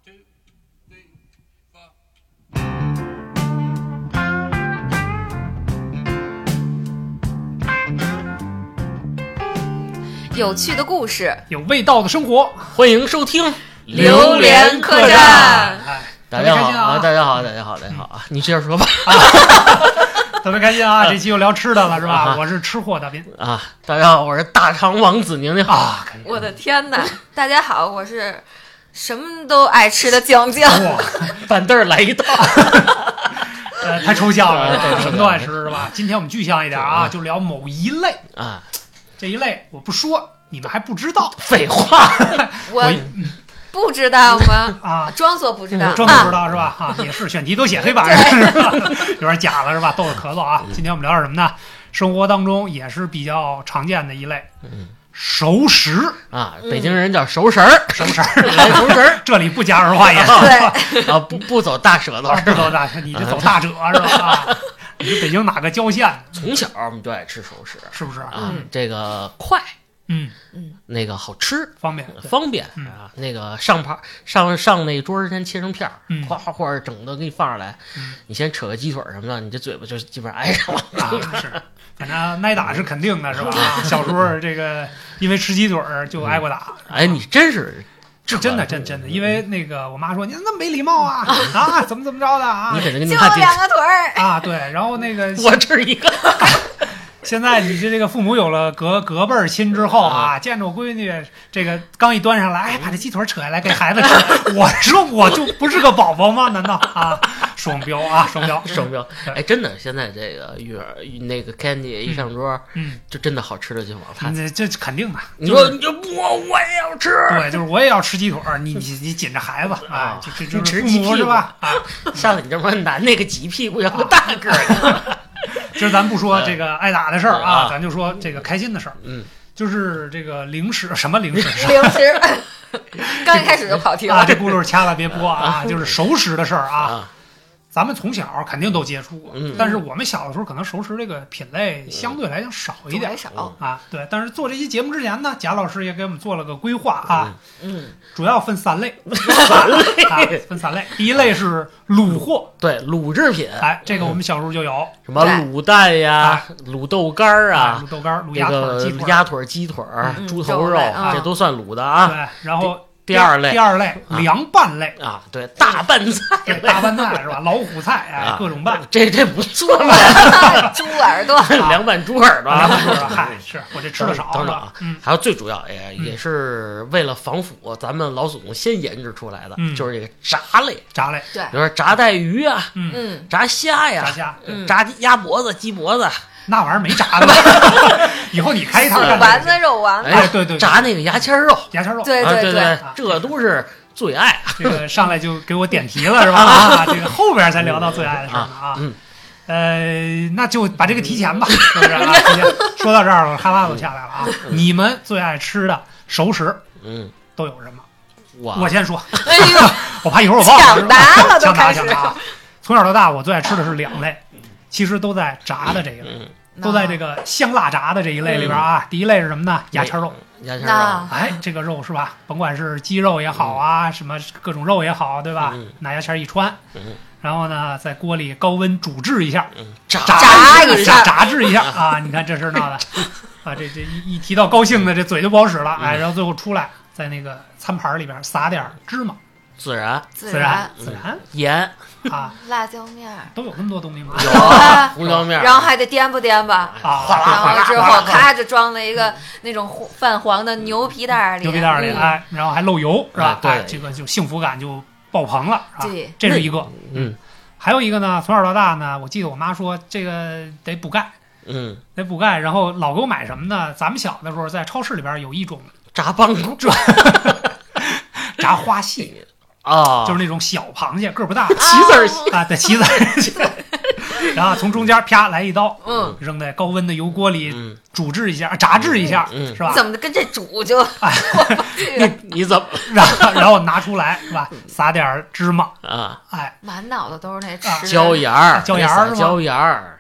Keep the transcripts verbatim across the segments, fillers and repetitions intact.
有趣的故事， 有味道的生活， 欢迎收听榴莲客栈。 哎， 大家好啊！ 大家好，大家好，大家好啊！你接着说吧。 特别开心啊！这期又聊吃的了，是吧？啊、我是吃货大斌啊！大家好，我是大肠王子宁宁啊！ 我的天哪！大家好，我是什么都爱吃的酱酱。 板凳来一道。 呃，太抽象了，什么都爱吃是吧？今天我们具象一点啊，就聊某一类啊。 这一类我不说，你们还不知道。 废话， 我不知道吗？ 啊， 装作不知道， 装作不知道是吧？啊，也是选题都写黑板上是吧？有点假了是吧？逗着咳嗽啊。今天我们聊点什么呢？生活当中也是比较常见的一类，嗯，熟食啊，北京人叫熟食儿， 熟食儿， 来熟食儿。 这里不加儿化音， 对啊，不不走大舌头， 不走大舌，你这走大褶是吧？你是北京哪个郊县？ 从小我们就爱吃熟食， 是不是啊？这个快， 嗯嗯， 那个好吃， 方便方便啊。那个上盘上上那桌先切成片儿， 嗯， 哗哗或者整的给你放上来，你先扯个鸡腿什么的，你这嘴巴就基本上挨上了啊。是，反正挨打是肯定的，是吧？小时候这个因为吃鸡腿就挨过打。 哎，你真是。 这真的真真的，因为那个我妈说你那么没礼貌啊啊，怎么怎么着的啊？ 你肯定就两个腿儿啊，对，然后那个我吃一个。 现在你这这个父母有了隔隔辈儿亲之后啊，见着我闺女这个刚一端上来，哎，把这鸡腿扯下来给孩子吃，我说我就不是个宝宝吗？难道啊？双标啊，双标， 双标！哎，真的，现在这个玉儿那个 Candy 一上桌， 嗯， 就真的好吃的就往他， 这这肯定的。 你说你就不，我也要吃， 对，就是我也要吃鸡腿，你你你紧着孩子啊，这这吃父母是吧？啊， 上次你这么男那个挤屁股要个大个儿。 今儿咱不说这个挨打的事儿啊，咱就说这个开心的事儿。 嗯， 就是这个零食，什么零食？ 零食。刚一开始就跑题了啊，这轱辘掐了别播啊，就是熟食的事儿啊。咱们从小肯定都接触过， 嗯， 但是我们小的时候可能熟食这个品类相对来讲少一点， 少啊。对，但是做这期节目之前呢，贾老师也给我们做了个规划啊， 嗯， 主要分三类， 三类啊，分三类。第一类是卤货， 对，卤制品， 哎，这个我们小时候就有， 什么卤蛋呀、卤豆干啊、 卤豆干、卤鸭腿、 鸭腿、鸡腿、猪头肉，这都算卤的啊。 对，然后。 第二类， 第二类凉拌类啊，对，大拌菜， 大拌菜是吧？老虎菜，哎，各种拌， 这这不错嘛。 猪耳朵， 凉拌猪耳朵， 凉拌猪耳朵，嗨，是我这吃的少， 等等啊。还有最主要也也是为了防腐，咱们老祖宗先研制出来的，就是这个炸类， 炸类， 对， 比如说炸带鱼啊， 嗯， 炸虾呀， 炸虾， 炸鸭脖子、鸡脖子。 那玩意儿没炸的，以后你开一摊干丸子、肉丸子， 哎，对对， 炸那个牙签肉， 牙签肉， 对对对， 这都是最爱。 这个上来就给我点题了是吧？啊，这个后边才聊到最爱的事儿呢啊。 嗯， 呃，那就把这个提前吧，是不是啊？说到这儿了，哈喇子下来了啊。你们最爱吃的熟食， 嗯， 都有什么？ 我我先说， 哎呦， 我怕一会儿我忘了。 抢答了， 抢答抢答。从小到大，我最爱吃的是两类。其实都在炸的这个， 嗯、 都在这个香辣炸的这一类里边啊。嗯、第一类是什么呢？牙签肉， 牙签肉， 哎，这个肉是吧？甭管是鸡肉也好啊，嗯、什么各种肉也好，对吧？ 嗯、 拿牙签一穿， 嗯、 然后呢，在锅里高温煮制一下， 嗯、炸炸一下，炸制一下啊！你看这事闹的啊，这这一一提到高兴的，这嘴就不好使了，哎，然后最后出来，在那个餐盘里边撒点芝麻。 孜然， 孜然，孜然， 盐啊，辣椒面都有那么多东西吗？ 有啊，胡椒面， 然后还得颠吧颠吧啊， 然后之后咔就装了一个那种泛黄的牛皮袋里， 牛皮袋里，哎，然后还漏油是吧？ 对， 这个就幸福感就爆棚了，是吧？ 对， 这是一个， 嗯， 还有一个呢，从小到大呢，我记得我妈说这个得补钙， 嗯， 得补钙，然后老给我买什么呢？咱们小的时候在超市里边有一种炸棒骨， 炸花蟹。 啊， 就是那种小螃蟹，个不大， 棋子蟹啊，对，棋子蟹，然后从中间啪来一刀， 嗯， 扔在高温的油锅里煮制一下，炸制一下， 嗯， 是吧？ 怎么跟这煮就？ 哎， 你你怎么？ 然后然后拿出来是吧？撒点芝麻啊， 哎， 满脑子都是那吃椒盐儿， 椒盐儿是吧？ 椒盐儿。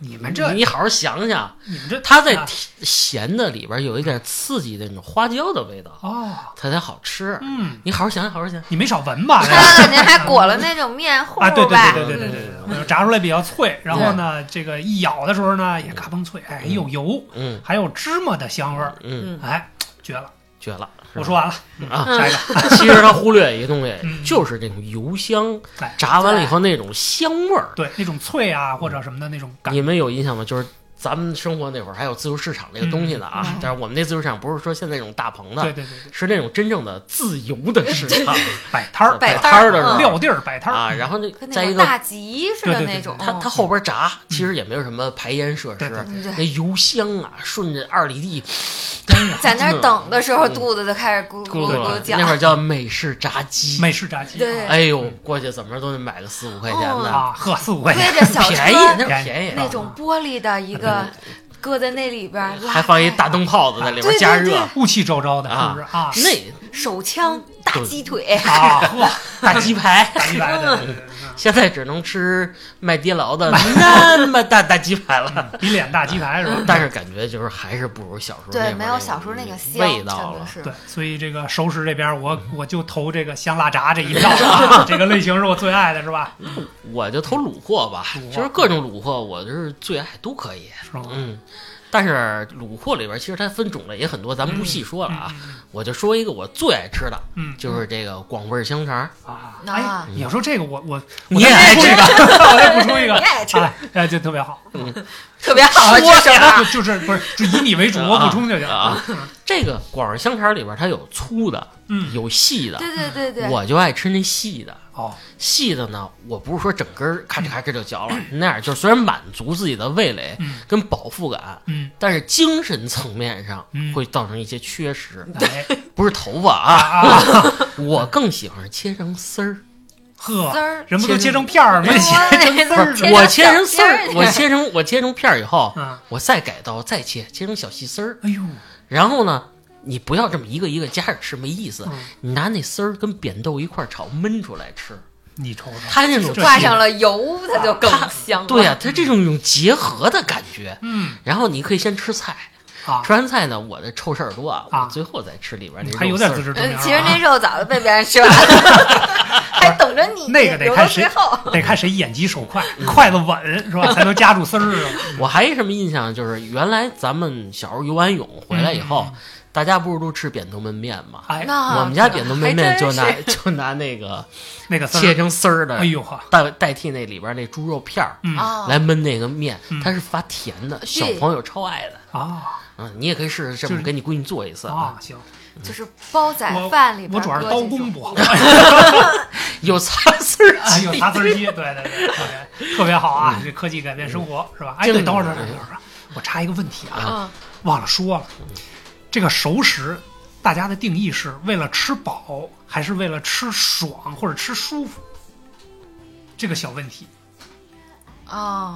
你们这， 你好好想想， 你们这， 它在咸的里边有一点刺激的那种花椒的味道， 哦， 它才好吃。 嗯， 你好好想，好好想， 你没少闻吧？ 他肯定还裹了那种面糊吧？ 啊，对对对对对对对对，炸出来比较脆，然后呢，这个一咬的时候呢，也嘎嘣脆，哎，有油， 嗯， 还有芝麻的香味儿， 嗯， 哎，绝了， 绝了。 我说完了啊， 下一个， 其实他忽略一个东西， 嗯就是这种油香， 哎炸完了以后那种香味儿， 对，那种脆啊或者什么的那种感。 你们有印象吗？就是咱们生活那会儿还有自由市场这个东西呢啊， 嗯、 但是我们那自由市场不是说现在那种大棚的， 对对对对， 是那种真正的自由的市场， 摆摊儿摆摊儿的时候， 撂地儿摆摊儿啊，然后那在一个大集似的那种， 它它后边炸，其实也没有什么排烟设施，那油香啊，顺着二里地。 在那儿等的时候，肚子就开始咕咕咕叫。 那会儿叫美式炸鸡， 美式炸鸡。 对， 哎呦，过去怎么着都得买个四五块钱的啊，呵，四五块钱， 推着小车， 便宜，那便宜。 那种玻璃的一个，搁在那里边， 还放一大灯泡子在里边加热， 雾气昭昭的，是不是啊？ 那手枪、大鸡腿啊，呵， 大鸡排， 大鸡排的。 现在只能吃麦迪劳的那么大大鸡排了， 比脸大鸡排是吧？ 但是感觉就是还是不如小时候对，没有小时候那个香味道了。 对，所以这个熟食这边，我我就投这个香辣炸这一票啊，这个类型是我最爱的，是吧？ 我就投卤货吧，就是各种卤货，我就是最爱，都可以。 是吗？ 嗯。但是卤货里边其实它分种类也很多，咱们不细说了啊。 嗯、 我就说一个我最爱吃的， 嗯， 就是这个广味香肠啊。哎，你要说这个，我我你也爱吃， 我再补充一个， 你也爱吃， 哎，就特别好， 嗯， 特别好。 说呀，就是不是就以你为主，我补充就行啊。这个广味香肠里边它有粗的， 嗯， 有细的， 对对对对， 我就爱吃那细的。 哦， 细的呢，我不是说整根咔哧咔哧就嚼了，那样就虽然满足自己的味蕾跟饱腹感， 嗯， 但是精神层面上会造成一些缺失。 哎， 不是头发啊，我更喜欢切成丝儿。 呵， 丝儿， 人不都切成片儿吗？切成丝儿， 我切成丝儿，我切成我切成片儿以后， 嗯， 我再改刀再切，切成小细丝儿。 哎呦， 然后呢？你不要这么一个一个夹着吃，没意思。 嗯、 你拿那丝儿跟扁豆一块炒，焖出来吃。 你瞅瞅， 它那种挂上了油，它就更香了。 对呀、啊，它这种种结合的感觉。 嗯， 然后你可以先吃菜， 啊， 吃完菜呢，我这臭事儿多啊， 啊我最后再吃里边那肉。 还有点自知之明、啊。 其实那肉早就被别人吃完了，还等着你。 那个得看谁，得看谁眼疾手快，筷子稳是吧，才能夹住丝儿。 我还有什么印象？就是原来咱们小时候游完泳回来以后。嗯大家不是都吃扁豆焖面吗？ 哎， 我们家扁豆焖面就拿就拿那个那个切成丝儿的， 哎呦呵， 代代替那里边那猪肉片儿， 嗯， 来焖那个面， 嗯、 它是发甜的，小朋友超爱的啊。 嗯，你也可以试试这么给你闺女做一次啊。行， 就是煲仔饭里边， 我主要是刀工不好， 有擦丝儿机，有擦丝儿机，对对对，特别特别好啊！这科技改变生活是吧？哎，对，等会儿，等会儿，等会儿，我插一个问题啊，忘了说了，这个熟食。大家的定义是为了吃饱，还是为了吃爽或者吃舒服？这个小问题啊、哦，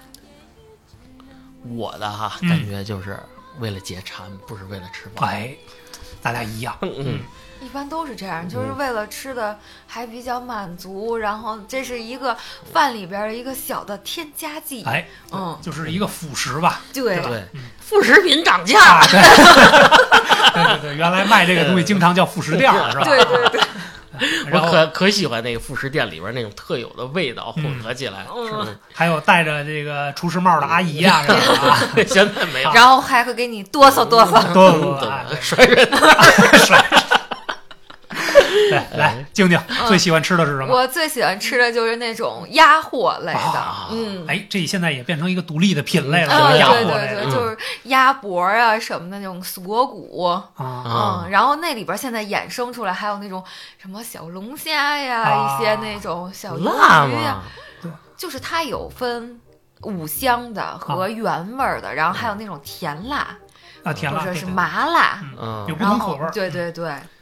我的哈、 嗯、 感觉就是为了解馋，不是为了吃饱。 哎，咱俩一样。 嗯嗯， 一般都是这样，就是为了吃的还比较满足，嗯、然后这是一个饭里边的一个小的添加剂。 哎， 嗯， 就是一个辅食吧。 对对， 嗯、 副食品涨价。 啊、对, 对对对，原来卖这个东西经常叫副食店，是吧？ 对对对。 我可可喜欢那个副食店里边那种特有的味道混合起来， 嗯， 是还有戴着这个厨师帽的阿姨啊，是吧？ 现在没有。 然后还会给你哆嗦哆嗦， 哆嗦哆嗦， 甩人， 甩。来来，静静最喜欢吃的是什么？ 我最喜欢吃的就是那种鸭货类的， 啊、 嗯， 哎，这现在也变成一个独立的品类了， 嗯、 鸭货类对对对，就是鸭脖啊什么的那种锁骨啊， 嗯，然后那里边现在衍生出来还有那种什么小龙虾呀， 啊、 一些那种小鱿鱼呀，就是它有分五香的和原味的，然后还有那种甜辣。 啊，甜辣或者是麻辣， 嗯， 有不同口味。 对对对，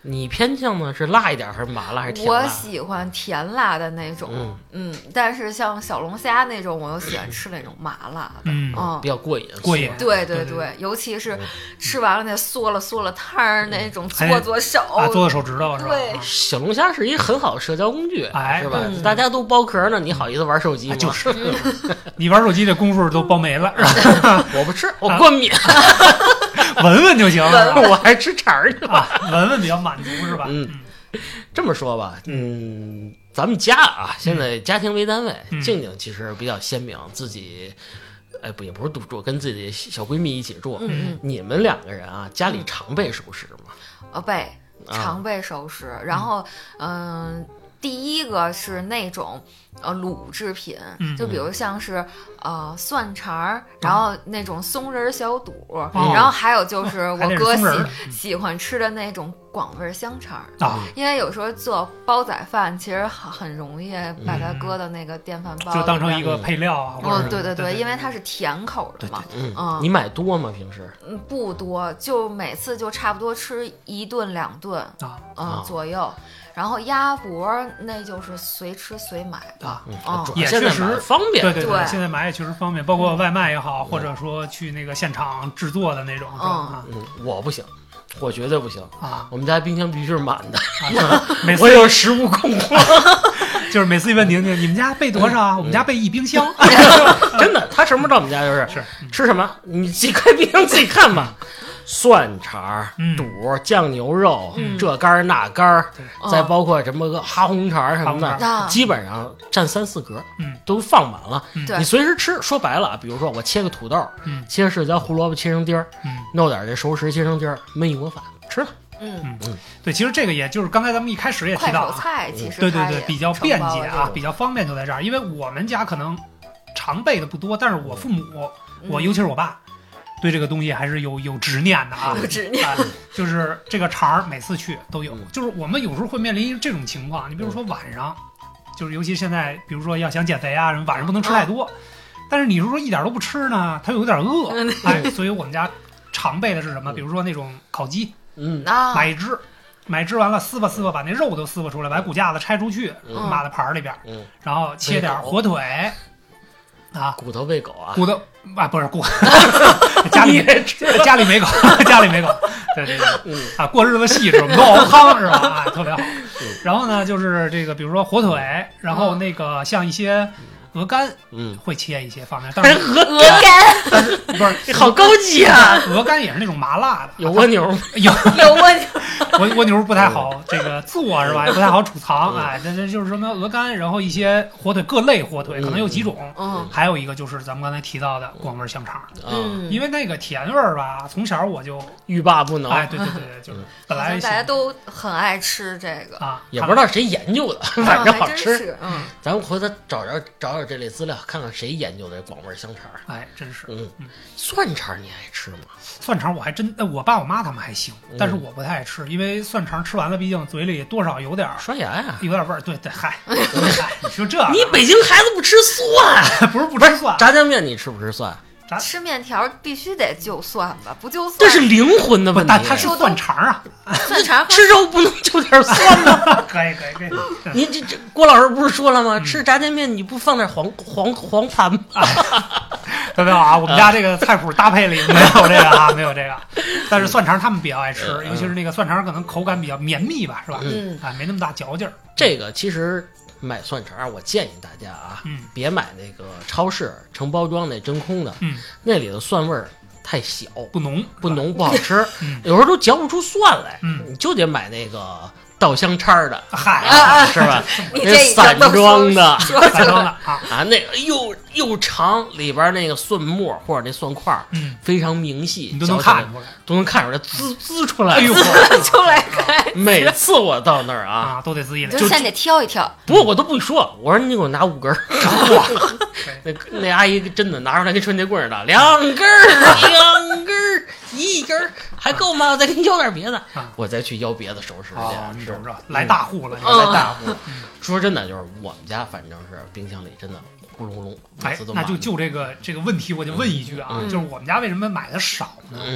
你偏向呢是辣一点还是麻辣还是甜辣？ 我喜欢甜辣的那种， 嗯嗯，但是像小龙虾那种，我又喜欢吃那种麻辣的， 嗯， 嗯， 比较过瘾， 过瘾。 对对对对对， 尤其是吃完了那嗦了嗦了汤儿那种哎搓搓手， 啊，做做手指头是吧？ 对啊小龙虾是一个很好的社交工具， 哎是吧？ 嗯大家都剥壳呢，你好意思玩手机吗？ 啊就是你玩手机的功夫都包没了，是吧？ 我不吃，我过敏， 闻闻就行了， 我还吃肠儿去吧。 啊，闻闻比较满足是吧？ 嗯，这么说吧，嗯，咱们家啊，现在家庭为单位， 嗯静静其实比较鲜明，自己，哎，不也不是独住，跟自己的小闺蜜一起住。 嗯嗯， 你们两个人啊，家里常备熟食吗？ 呃备啊常备熟食，然后嗯。第一个是那种呃卤制品， 嗯就比如像是呃蒜肠儿，然后那种松仁小肚， 哦然后还有就是还得是我哥喜松仁儿喜欢吃的那种广味香肠儿。 啊， 因为有时候做煲仔饭，其实很很容易把它搁到那个电饭煲里边， 就当成一个配料啊。或者哦是，对对对，因为它是甜口的嘛， 嗯， 嗯你买多吗？平时？ 嗯，不多，就每次就差不多吃一顿两顿， 啊嗯、 啊左右。然后鸭脖那就是随吃随买的， 啊， 嗯哦主要现在也确实买方便。 对对对现在买也确实方便，包括外卖也好，或者说去那个现场制作的那种，是吧？ 嗯，我不行，我绝对不行。 啊我们家冰箱必须是满的， 啊，就是每次我有食物恐慌。 就是每次一问宁宁，你们家备多少啊？我们家备一冰箱。 真的，他什么时候到我们家就是是吃什么，你自己开冰箱自己看吧。蒜肠、 嗯肚、酱牛肉， 嗯这干儿那干儿， 嗯再包括什么个哈红肠什么的哈红， 肠基本上占三四格， 嗯， 都放满了。 对你随时吃。说白了，比如说我切个土豆， 嗯切个柿椒、胡萝卜切成丁儿， 嗯， 弄点这熟食切成丁儿，焖一锅饭吃了。 嗯， 对，其实这个也就是刚才咱们一开始也提快手到啊， 菜其实对对对， 它也比较便承包捷啊， 了这种比较方便就在这儿。因为我们家可能常备的不多，但是我父母，我嗯尤其是我爸，对这个东西还是有有执念的啊。 有执念啊就是这个肠儿每次去都有嗯， 就是我们有时候会面临这种情况，你比如说晚上，就是尤其现在，比如说要想减肥啊什么，晚上不能吃太多。但是你如果说一点都不吃呢，他有点饿，哎，所以我们家常备的是什么？比如说那种烤鸡， 嗯啊， 买一只，买一只完了撕吧撕吧，把那肉都撕吧出来，把骨架子拆出去， 嗯码在盘儿里边， 嗯， 然后切点火腿，啊， 骨头喂狗啊， 骨头啊不是骨，家里没家里没狗，家里没狗，对对对， 嗯啊，过日子细致，我们都熬汤是吧？啊，特别好。然后呢，就是这个，比如说火腿，然后那个像一些鹅肝嗯， 会切一些放在，但是鹅鹅肝但是不是好高级啊！ 鹅肝也是那种麻辣的， 有蜗牛吗？ 有有问题， 蜗蜗牛不太好这个做是吧？也不太好储藏， 嗯哎，这这就是什么鹅肝，然后一些火腿，各类火腿可能有几种， 嗯还有一个就是咱们刚才提到的广味香肠， 啊， 嗯， 因为那个甜味儿吧，从小我就欲罢不能。 哎，对对对对，就是本来好像大家都很爱吃这个， 啊， 也不知道谁研究的， 嗯反正好还真吃。 是，嗯， 咱们回头找找找找这类资料，看看谁研究的广味香肠。 哎，真是嗯嗯， 蒜肠你爱吃吗？ 蒜肠我还真，呃我爸我妈他们还行， 嗯但是我不太爱吃，因为蒜肠吃完了，毕竟嘴里多少有点儿刷牙呀！ 有点味儿。对对，嗨，嗨，你说这你北京孩子不吃蒜？ 不是不吃蒜， 炸酱面你吃不吃蒜？ 吃面条必须得就蒜吧，不就蒜？ 这是灵魂的问题。 但它是蒜肠啊， 蒜肠和吃肉不能就点蒜吗？ 可以可以可以， 你这这郭老师不是说了吗？吃炸酱面你不放点黄黄黄盘吗？ 特别好啊！我们家这个菜谱搭配里没有这个啊，没有这个。但是蒜肠他们比较爱吃， 嗯尤其是那个蒜肠可能口感比较绵密吧，是吧？ 嗯啊，没那么大嚼劲儿。 这个其实买蒜肠，我建议大家啊， 嗯别买那个超市成包装那真空的， 嗯， 那里的蒜味儿太小， 不浓不浓不好吃， 嗯有时候都嚼不出蒜来。 嗯你就得买那个稻香叉儿的， 嗨， 啊啊是吧？ 你那这已经散都装的说散装的啊， 啊，那个又又长，里边那个蒜末或者那蒜块儿嗯， 非常明细， 你都能嚼起来看出来。 都能看出来，滋滋出来。 哎呦出来开， 每次我到那儿啊， 啊，都得自己来。 你就先得挑一挑， 不过我都不说，我说你给我拿五根儿。那那阿姨真的拿出来跟春节棍似的，两根儿，两根儿，一根儿还够吗？我再给你要点别的， 啊我再去要别的熟食哦， 去。 你是瞅瞅，来大户了，你来来大户。说真的，就是我们家反正是冰箱里真的呼隆隆，每哎次都， 那就满就这个这个问题，我就问一句啊， 嗯就是我们家为什么买的少呢？ 嗯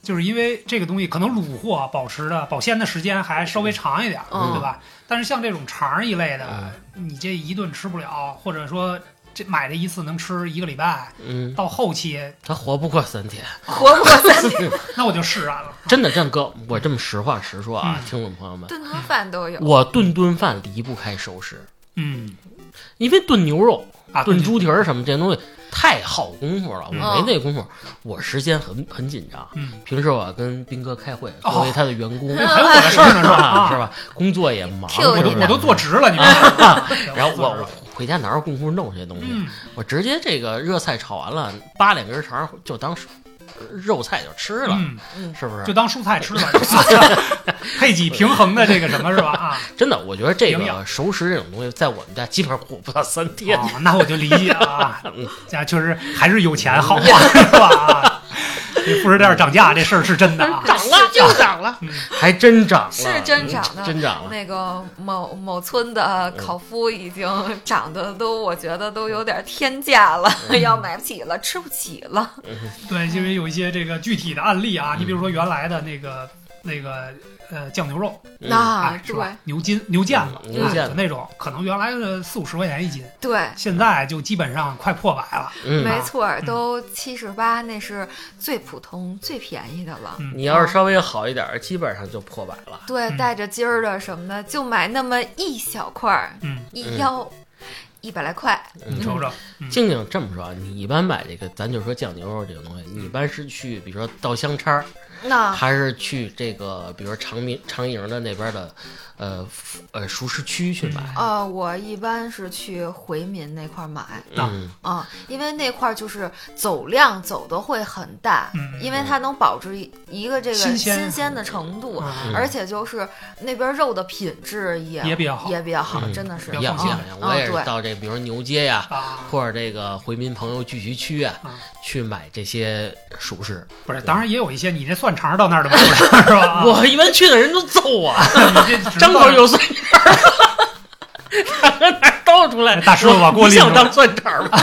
就是因为这个东西可能卤货保持的保鲜的时间还稍微长一点， 嗯、 对吧？但是像这种肠一类的， 嗯、 你这一顿吃不了，或者说这买这一次能吃一个礼拜， 嗯， 到后期他活不过三天， 活不过三天， 那我就释然了。 真的，这哥，我这么实话实说啊， 嗯、 听众朋友们， 顿顿饭都有， 我顿顿饭离不开熟食， 嗯， 因为炖牛肉。 啊， 炖猪蹄儿什么这东西太耗功夫了，我嗯、 没那功夫，我时间很很紧张。 嗯， 平时我跟斌哥开会，作为他的员工， 还有我的事儿呢，是吧？ 是吧？工作也忙， 我都我都做直了，你们。 然后我我回家哪有功夫弄这些东西？ 嗯、 我直接这个热菜炒完了，扒两根肠就当肉菜就吃了， 嗯， 是不是？ 就当蔬菜吃了，配给平衡的这个什么是吧？啊， 真的，我觉得这个熟食这种东西，在我们家基本上活不到三天。 哦，那我就理解了啊，家确实还是有钱好啊，是吧？啊，这副食店涨价这事儿是真的啊， 涨了就涨了，还真涨了， 是真涨的， 真涨了。 那个某某村的烤麸已经涨的都，我觉得都有点天价了， 嗯、 要买不起了，吃不起了。 对，因为有一些这个具体的案例啊，你比如说原来的那个那个呃酱牛肉， 那、 哎、是吧？牛筋牛腱子， 牛腱子那种，可能原来是四五十块钱一斤， 对， 现在就基本上快破百了。 嗯、 没错，都七十八，那是最普通、最便宜的了。 嗯、 你要是稍微好一点，基本上就破百了。 对，带着筋儿的什么的，就买那么一小块儿， 嗯， 一腰。一百来块， 你瞅瞅。 静静这么说，你一般买这个，咱就说酱牛肉这个东西，你一般是去，比如说稻香叉， 那还是去这个，比如说长明长营的那边的，呃呃熟食区去买？ 呃，我一般是去回民那块买， 嗯啊、嗯，因为那块就是走量走的会很大， 嗯、 因为它能保持一个这个新鲜新鲜的程度， 嗯、 而且就是那边肉的品质也也比较好， 也比较好， 嗯、 真的是一样一样。我也是到这，比如牛街呀、 啊， 或者这个回民朋友聚集区啊， 啊去买这些熟食。 不是，当然也有一些你这蒜肠到那儿的买不了，是吧？ 我一般去的人都揍我， 你这张口有蒜肠，他搁哪儿倒出来？ 大师傅把锅里想当蒜肠吗？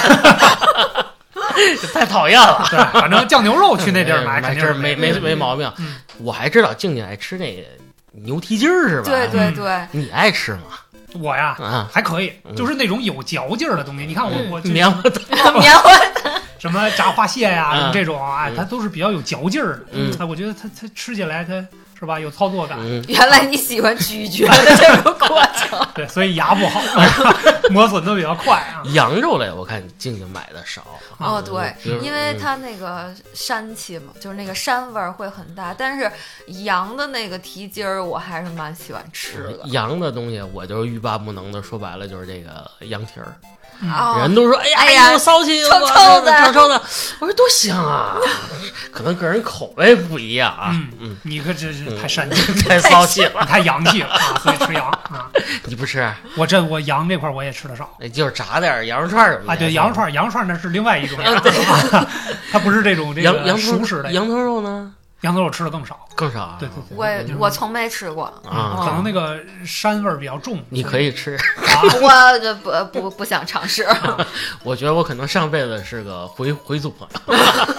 太讨厌了。 对，反正酱牛肉去那地儿买，肯定是没没没毛病。 嗯、 我还知道静静爱吃那个牛蹄筋儿，是吧？ 对对对， 嗯、你爱吃吗？ 我呀， 啊， 还可以，就是那种有嚼劲儿的东西。你看我我棉花糖、 棉花糖， 什么炸花蟹呀， 嗯、 这种哎，它都是比较有嚼劲儿的。 嗯， 我觉得它它吃起来它是吧有操作感。 嗯、 原来你喜欢咀嚼的这个过程。 对，所以牙不好，磨损的比较快啊。 羊肉类我看静静买的少。 哦，对， 嗯、 因为它那个膻气嘛，就是那个膻味儿会很大。但是羊的那个蹄筋儿，我还是蛮喜欢吃的。 羊的东西，我就是欲罢不能的。说白了就是这个羊蹄儿。 哦、 人都说哎呀哎呀， 骚气， 臭臭的， 臭臭的。我说多香啊！可能个人口味不一样啊。 嗯嗯， 你可真是太膻气， 太骚气了， 太洋气了啊！所以吃羊啊。 你不吃？ 我这我羊这块我也吃的少。 就是炸点羊肉串什么的啊。对，羊肉串，羊肉串那是另外一种羊，它不是这种这个熟食的。 羊头肉呢？ 羊头肉吃的更少， 更少啊！ 对对对， 我我从没吃过啊， 可能那个膻味儿比较重。 你可以吃， 我这不不不想尝试。 我觉得我可能上辈子是个回回族朋友。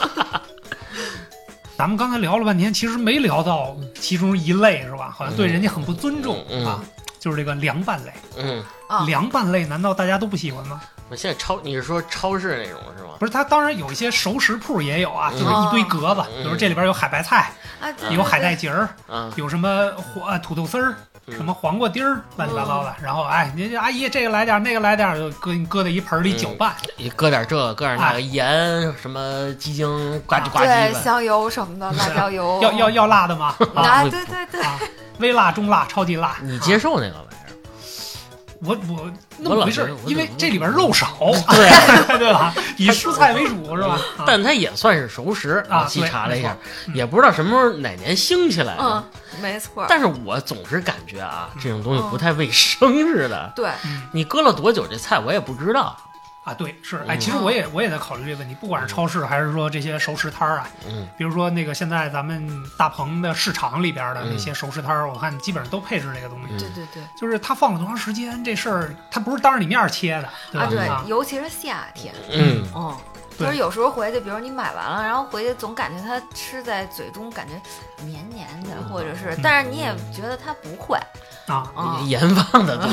咱们刚才聊了半天，其实没聊到其中一类是吧？好像对人家很不尊重啊，就是这个凉拌类。 嗯， 凉拌类难道大家都不喜欢吗？ 我现在超，你是说超市那种是吗？ 不是，它当然有一些熟食铺也有啊，就是一堆格子，比如这里边有海白菜，有海带节儿，有什么黄土豆丝儿，什么黄瓜丁儿，乱七八糟的。然后哎，您阿姨这个来点，那个来点，就搁搁在一盆里搅拌， 你搁点这，搁点那个盐，什么鸡精，呱唧呱唧对，香油什么的，辣椒油。 要要要辣的吗？ 啊，对对对， 微辣、中辣、超级辣。 你接受那个玩意儿？ 我我那么回事，因为这里边肉少， 对对吧？以蔬菜为主是吧？ 但它也算是熟食啊。 细查了一下，也不知道什么时候哪年兴起来的。 嗯，没错。 但是我总是感觉啊，这种东西不太卫生似的。 对， 你搁了多久这菜我也不知道。 啊，对，是，哎，其实我也我也在考虑这个问题，不管是超市还是说这些熟食摊儿啊， 嗯， 比如说那个现在咱们大棚的市场里边的那些熟食摊儿，我看基本上都配置这个东西。 对对对， 就是它放了多长时间，这事儿它不是当着你面切的，对吧？ 啊，对，尤其是夏天， 嗯， 哦， 就是有时候回去，比如你买完了，然后回去总感觉它吃在嘴中感觉黏黏的， 嗯、 或者是，但是你也觉得它不会啊， 嗯、 盐放的多。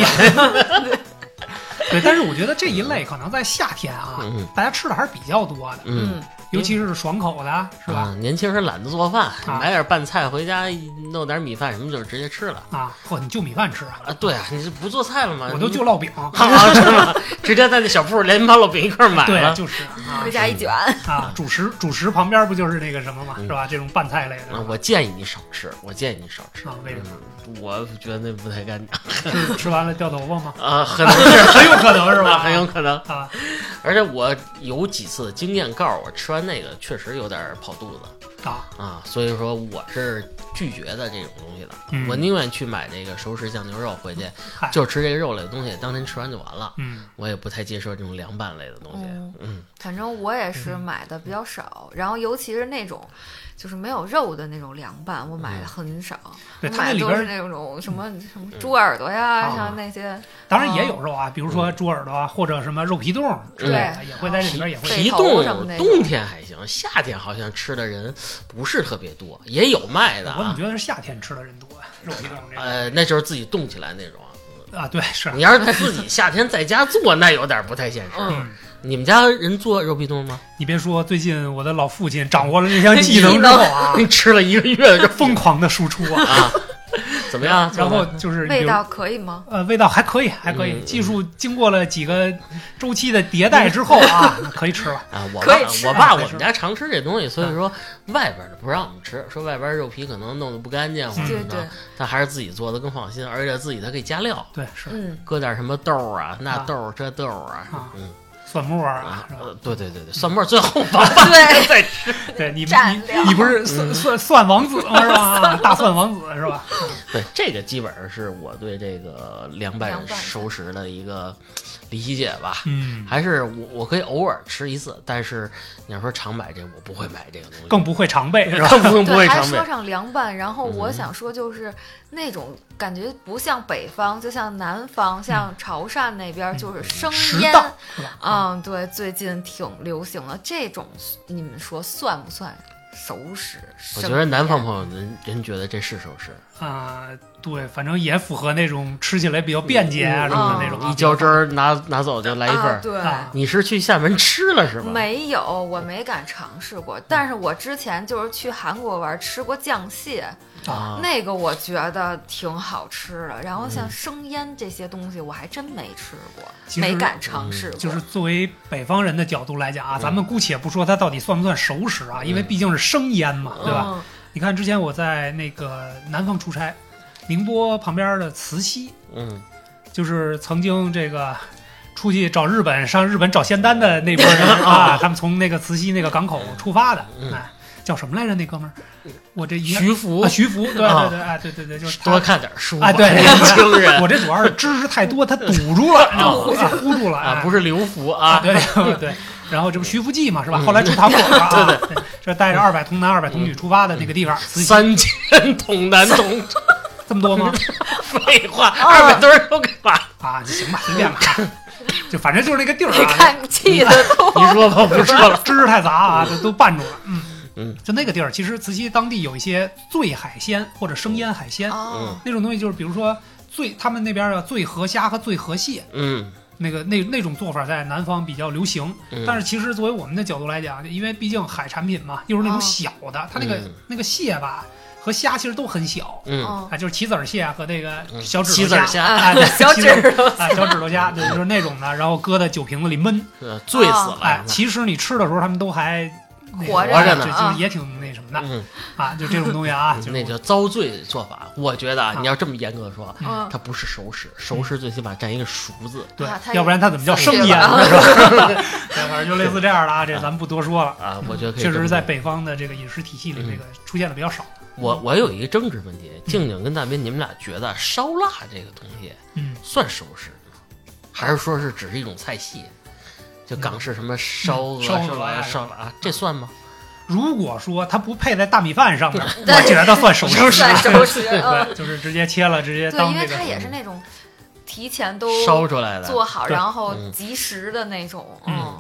对，但是我觉得这一类可能在夏天啊， 嗯、 大家吃的还是比较多的， 嗯， 尤其是爽口的，是吧？ 嗯、年轻人懒得做饭， 啊、 买点拌菜回家，弄点米饭什么就直接吃了啊。嚯，你就米饭吃啊？ 啊，对啊，你这不做菜了吗？ 我都就烙饼， 啊，是吗？直接在那小铺连把烙饼一块买了， 对，就是啊， 回家一卷啊，主食主食旁边不就是那个什么嘛， 嗯、 是吧？这种拌菜类的。 啊，我建议你少吃，我建议你少吃啊，为什么？ 嗯、我觉得那不太干净。 吃吃完了掉头发吗？ 啊，很能是很有可能是吧？ 很有可能啊。 而且我有几次经验告诉我，吃完那个确实有点跑肚子啊啊，所以说我是拒绝的这种东西的。 嗯、 我宁愿去买这个熟食酱牛肉回去，就吃这个肉类的东西，当天吃完就完了。 嗯， 我也不太接受这种凉拌类的东西。嗯，嗯反正我也是买的比较少，然后尤其是那种。就是没有肉的那种凉拌，我买的很少。 对， 我买的都是那种什么、嗯、什么猪耳朵呀， 嗯、 像那些。 当然也有肉啊，比如说猪耳朵啊，或者什么肉皮冻之类的，也会在这里边也会。 皮冻冬天还行，夏天好像吃的人不是特别多，也有卖的、啊。 我怎么觉得是夏天吃的人多呀？肉皮冻这个。 呃，那就是自己冻起来那种。 啊，对，是你要是自己夏天在家做，那有点不太现实。 嗯， 你们家人做肉皮冻吗？ 你别说，最近我的老父亲掌握了这项技能之后啊， 吃了一个月就疯狂的输出啊。 啊怎么样？ 然后就是味道可以吗？ 呃，味道还可以，还可以。 嗯、 技术经过了几个周期的迭代之后啊，可以吃了啊。我爸我爸我们家常吃这东西， 啊所以说外边的不让我们吃，说外边肉皮可能弄得不干净或者什么的，但还是自己做的更放心，而且自己它可以加料。 对，是， 嗯， 搁点什么豆啊、那豆、啊、这豆啊， 啊嗯。 蒜末啊，呃，对对对对，蒜末最后放对再吃。 对你你你不是蒜蒜蒜王子吗？是吧？大蒜王子是吧？ 对，这个基本上是我对这个凉拌熟食的一个理解吧。 嗯， 还是我我可以偶尔吃一次，但是你要说常买这个，我不会买这个东西， 更不会常备，是吧？ 更不会常备。 还说上凉拌，然后我想说就是那种感觉不像北方，就像南方，像潮汕那边就是生腌啊。嗯，对，最近挺流行的这种，你们说算不算熟食？ 我觉得南方朋友人人觉得这是熟食啊、呃，对，反正也符合那种吃起来比较便捷啊、嗯、什么的那种， 嗯、一浇汁儿拿拿走就来一份、啊。 对、 啊， 你是去厦门吃了是吧？ 没有，我没敢尝试过，但是我之前就是去韩国玩，吃过酱蟹。 啊， 那个我觉得挺好吃的，然后像生腌这些东西我还真没吃过，没敢尝试过。 就是作为北方人的角度来讲啊， 嗯、 咱们姑且不说它到底算不算熟食啊，嗯、因为毕竟是生腌嘛， 嗯、 对吧？嗯、你看之前我在那个南方出差，宁波旁边的慈溪， 嗯， 就是曾经这个出去找日本、上日本找仙丹的那波人啊，他们从那个慈溪那个港口出发的， 嗯。 哎叫什么来着？那哥们儿，我这徐福啊，徐福，对对对，哎，对对对，就是多看点书啊，对， 年轻人， 我这主要是知识太多，他堵住了，然后糊住了啊，不是刘福啊， 对对，然后这不徐福记嘛，是吧？后来出糖果了啊， 对对， 这带着二百童男、二百童女出发的那个地方， 三千童男童， 这么多吗？ 废话，二百多人都给发啊，就行吧，随便吧。就反正就是那个地儿啊， 看气的多， 你说吧，不说了， 知识太杂啊，都都绊住了，嗯。 嗯， 就那个地儿，其实慈溪当地有一些醉海鲜或者生腌海鲜， 嗯， 那种东西就是比如说醉，他们那边的醉河虾和醉河蟹， 嗯， 那个那那种做法在南方比较流行， 嗯、 但是其实作为我们的角度来讲，因为毕竟海产品嘛，又是那种小的，哦、它那个、 嗯、 那个蟹吧和虾其实都很小， 嗯， 啊，就是棋子儿蟹和那个小指头虾， 虾啊， 小指头啊，小指头虾，对，就是那种的，然后搁在酒瓶子里焖， 呃，醉死了。 哎，其实你吃的时候，他们都还。 活着呢， 就就是也挺那什么的， 嗯啊，就这种东西啊， 那叫遭罪做法。我觉得啊，你要这么严格说， 嗯， 它不是熟食，熟食最起码占一个熟字， 对，要不然它怎么叫生腌是吧？对，反正就类似这样的啊，这咱们不多说了啊。我觉得确实在北方的这个饮食体系里，这个出现的比较少。 我我有一个争执问题，静静跟大斌，你们俩觉得烧腊这个东西， 嗯， 算熟食吗？还是说是只是一种菜系？就港式什么烧鹅、烧鹅、烧腊，这算吗？ 如果说它不配在大米饭上面，我觉得算熟食。 算熟食， 对，就是直接切了，直接当这个。 对，因为它也是那种提前都烧出来的， 做好，然后及时的那种。嗯，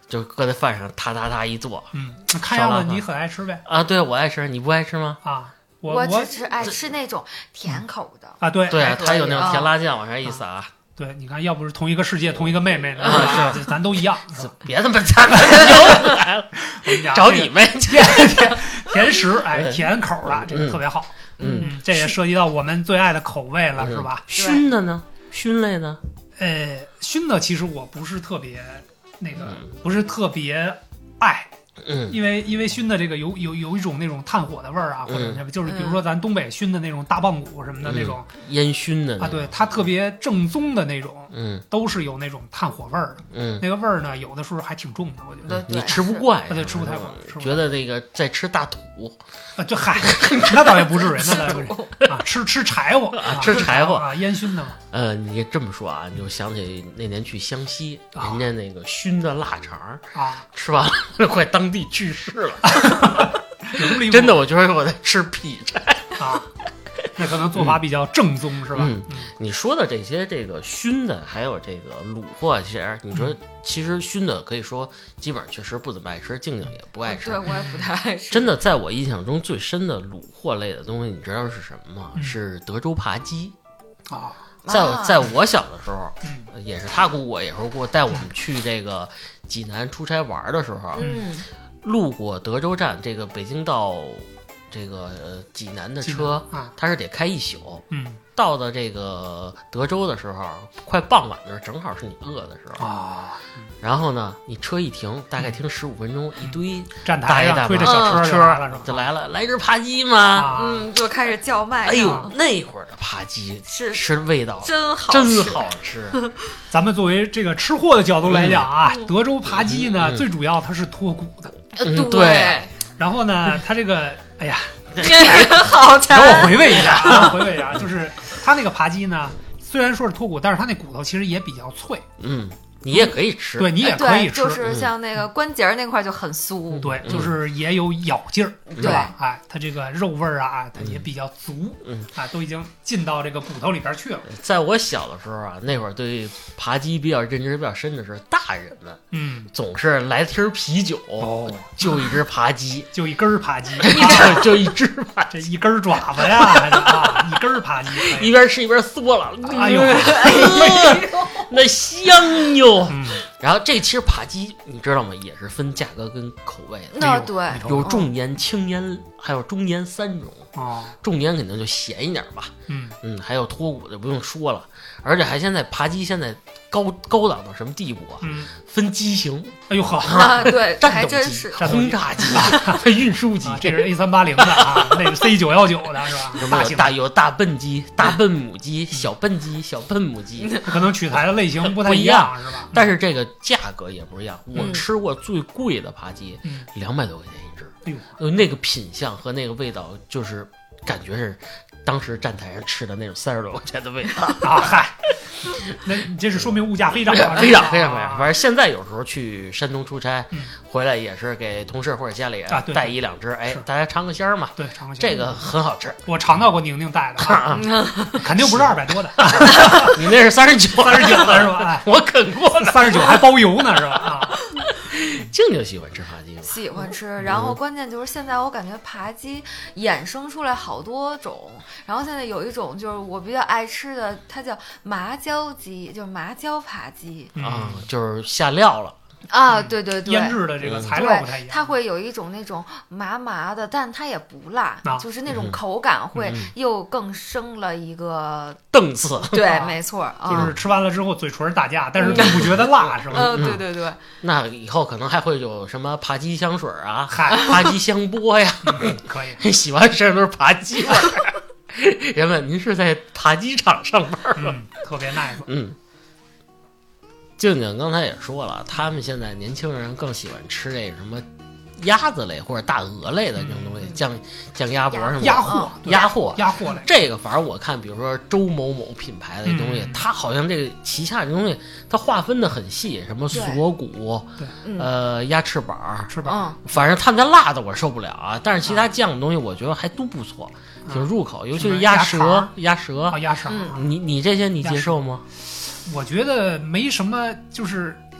就搁在饭上，嗒嗒嗒一做。 嗯，看样子你很爱吃呗。 啊，对，我爱吃，你不爱吃吗？ 啊，我我只是爱吃那种甜口的。 啊，对对，它有那种甜辣酱啊往上一撒。 对，你看，要不是同一个世界，同一个妹妹呢， 啊是咱都一样。 别他妈咱们又来了，找你妹去。 甜甜食，哎，甜口的，这个特别好。 嗯， 这也涉及到我们最爱的口味了，是吧？ 熏的呢？熏类的？ 呃，熏的其实我不是特别那个，不是特别爱。 嗯， 因为因为熏的这个有有有一种那种炭火的味儿啊，或者就是比如说咱东北熏的那种大棒骨什么的那种烟熏的啊，对，它特别正宗的那种， 嗯， 都是有那种炭火味儿的， 嗯， 那个味儿呢，有的时候还挺重的，我觉得你吃不惯， 对，吃不太惯， 觉得那个在吃大土啊，这嗨，那倒也不至于，那倒也不至于啊，吃吃柴火啊， 吃柴火啊，烟熏的嘛。 呃，你这么说啊，你就想起那年去湘西，人家那个熏的腊肠啊， 吃完了快当地去世了。真的，我觉得我在吃劈柴啊，那可能做法比较正宗，是吧？ 嗯，你说的这些，这个熏的，还有这个卤货，其实你说，其实熏的可以说基本上确实不怎么爱吃，静静也不爱吃， 对我也不太爱吃。 真的，在我印象中最深的卤货类的东西，你知道是什么吗？是德州扒鸡啊。 在在我小的时候，也是他姑姑也是给我带我们去这个济南出差玩的时候， 嗯。 路过德州站，这个北京到这个、呃、济南的车， 啊、 它是得开一宿。 嗯， 到的这个德州的时候，快傍晚的时候，正好是你饿的时候啊。 然后呢，你车一停，大概停十五分钟， 嗯、 一堆站台上推着小车车来了， 就来了，来只扒鸡吗？ 啊、 嗯，就开始叫卖。 哎呦，那会儿的扒鸡是是味道真好， 真好吃。 咱们作为这个吃货的角度来讲啊， 嗯、 德州扒鸡呢， 嗯、 最主要它是脱骨的。 嗯， 对。 然后呢，它这个，哎呀， 好馋。 让我回味一下，让我回味一下，就是它那个扒鸡呢，虽然说是脱骨，但是它那骨头其实也比较脆。 嗯。你也可以吃， 对你也可以吃， 就是像那个关节那块就很酥， 对，就是也有咬劲儿，是吧？哎，它这个肉味儿啊，它也比较足， 嗯啊，都已经进到这个骨头里边去了。 在我小的时候啊，那会儿对扒鸡比较认知比较深的是，大人们， 嗯， 总是来瓶啤酒， 哦， 就一只扒鸡， 就一根扒鸡， 就一只扒， 这一根爪子呀，啊，一根扒鸡， 一边吃一边嗦了， 哎呦， 那香哟。 嗯， 然后这其实扒鸡你知道吗？也是分价格跟口味的。 那对， 有重盐、轻盐，还有中盐三种。 哦， 重盐肯定就咸一点吧。 嗯嗯，还有脱骨的不用说了，而且还现在扒鸡现在高高档到什么地步啊？ 嗯， 分机型。 哎呦呵， 啊，对， 战斗还真是轰炸机、运输机， 这是 A 三八零的啊，那是 C 九幺九的是吧？ 大型大有大笨鸡、大笨母鸡、小笨鸡、小笨母鸡， 可能取材的类型不太一样，是吧？ 但是这个价格也不一样。我吃过最贵的扒鸡，两百多块钱一只。 哎呦，那个品相和那个味道，就是感觉是当时站台上吃的那种三十多块钱的味道啊！嗨，那你这是说明物价飞涨了， 飞涨飞涨飞涨。反正现在有时候去山东出差，回来也是给同事或者家里人带一两只，哎，大家尝个鲜嘛。 对，尝个鲜， 这个很好吃。 我尝到过宁宁带的，肯定不是二百多的， 你那是三十九， 三十九的是吧？ 我啃过， 三十九还包邮呢，是吧？啊。 静静喜欢吃扒鸡吗？ 喜欢吃，然后关键就是现在我感觉扒鸡衍生出来好多种，然后现在有一种就是我比较爱吃的，它叫麻椒鸡，就是麻椒扒鸡啊，就是下料了。 啊，对对对， 腌制的这个材料不太一样， 它会有一种那种麻麻的，但它也不辣， 啊、 就是那种口感会又更升了一个档次。 对， 啊、 没错， 就是吃完了之后嘴唇打架，但是并不觉得辣，是吧？ 嗯，对对对。 那以后可能还会有什么扒鸡香水啊， 嗨， 扒鸡香波呀， 嗯、可以。 洗完身上都是扒鸡味儿。人们，您是在扒鸡场上班吗？ 嗯，特别 nice。 嗯。静静刚才也说了，他们现在年轻人更喜欢吃这个什么鸭子类或者大鹅类的这种东西，酱酱鸭脖什么鸭货、 鸭货、 鸭货类。 这个反正我看，比如说周某某品牌的东西， 嗯、 它好像这个旗下这东西，它划分的很细，什么锁骨，呃，鸭翅膀， 翅膀， 反正它那辣的我受不了啊。但是其他酱的东西，我觉得还都不错， 嗯、 挺入口，尤其是鸭舌、鸭舌、 啊、鸭舌。 你你这些你接受吗？ 我觉得没什么，就是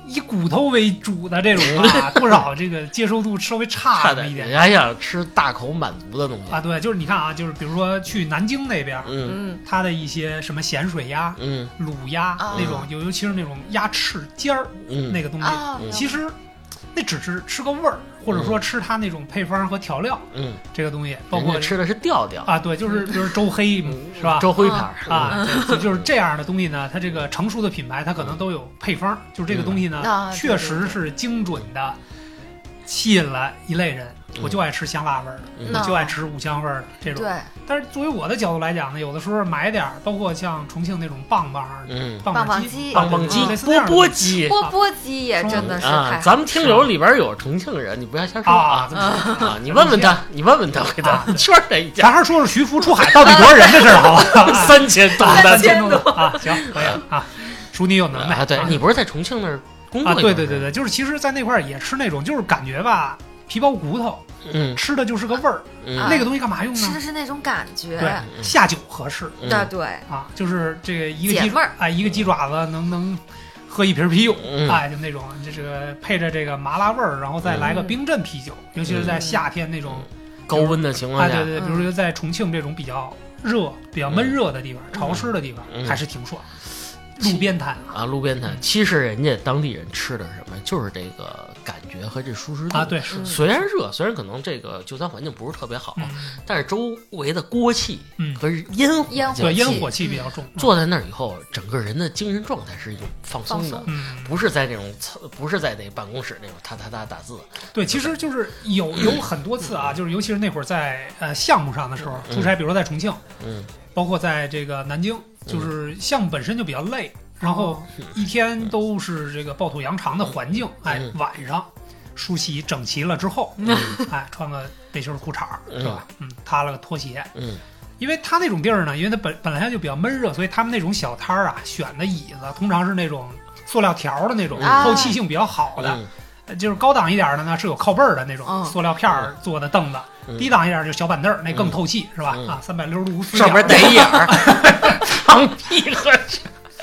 以骨头为主的这种啊，多少这个接受度稍微差那么一点。 人家想吃大口满足的东西啊，对，就是你看啊，就是比如说去南京那边， 嗯， 它的一些什么咸水鸭、 嗯， 卤鸭、 嗯、 那种，尤尤其是那种鸭翅尖儿， 嗯， 那个东西， 嗯、 其实那只是吃个味儿，或者说吃它那种配方和调料， 嗯， 这个东西，包括吃的是调调啊，对，就是就是周黑、嗯、是吧？ 周黑牌啊，就就是这样的东西呢，它这个成熟的品牌，它可能都有配方，就是这个东西呢， 嗯、 确实是精准的吸引了一类人。我就爱吃香辣味儿的， 嗯、 我就爱吃五香味儿的这种。 对。 但是作为我的角度来讲呢，有的时候买点儿，包括像重庆那种棒棒啊， 嗯， 棒棒鸡、 棒棒鸡、 波波鸡、 波波鸡也真的是啊！咱们听友里边有重庆人，你不要瞎说啊！ 啊！你问问他，你问问他，给他圈他一下。 咱还是说说徐福出海到底多少人的事儿，好吧？ 三千多， 三千多啊！行，可以啊，属你有能耐啊！对你不是在重庆那儿工作？ 啊，对对对对，就是其实，在那块儿也吃那种，就是感觉吧，皮包骨头。 嗯， 吃的就是个味儿， 嗯， 那个东西干嘛用呢？ 吃的是那种感觉， 对，下酒合适。 嗯、 对对啊，就是这个一个鸡味儿， 哎，一个鸡爪子能能喝一瓶啤酒， 嗯、 哎，就那种，这个配着这个麻辣味儿，然后再来个冰镇啤酒， 嗯、 尤其是在夏天那种、 嗯、高温的情况下， 哎，对对，比如说在重庆这种比较热、比较闷热的地方、 嗯、 潮湿的地方， 嗯、 还是挺爽。路边摊啊，路边摊，其实人家当地人吃的是什么，就是这个感觉和这舒适度啊。对，是。 虽然热，虽然可能这个就餐环境不是特别好， 嗯、 但是周围的锅气嗯和烟火烟对烟火气比较重。 坐在那儿以后，整个人的精神状态是一种放松的， 嗯， 不是在那种不是在那办公室那种哒哒哒打字。 对，其实就是有有很多次啊，就是尤其是那会儿在呃项目上的时候出差，比如说在重庆， 嗯， 包括在这个南京，就是项目本身就比较累。然后一天都是这个暴土扬长的环境，哎，晚上梳洗整齐了之后，哎，穿个背心裤衩是吧？嗯，踏了个拖鞋， 嗯， 因为他那种地儿呢，因为它本本来就比较闷热，所以他们那种小摊儿啊，选的椅子通常是那种塑料条的那种，透气性比较好的，就是高档一点的呢是有靠背儿的那种塑料片儿做的凳子，低档一点就是小板凳，那更透气是吧？啊，三百六十度无死角， 上面带一眼儿，放屁合适。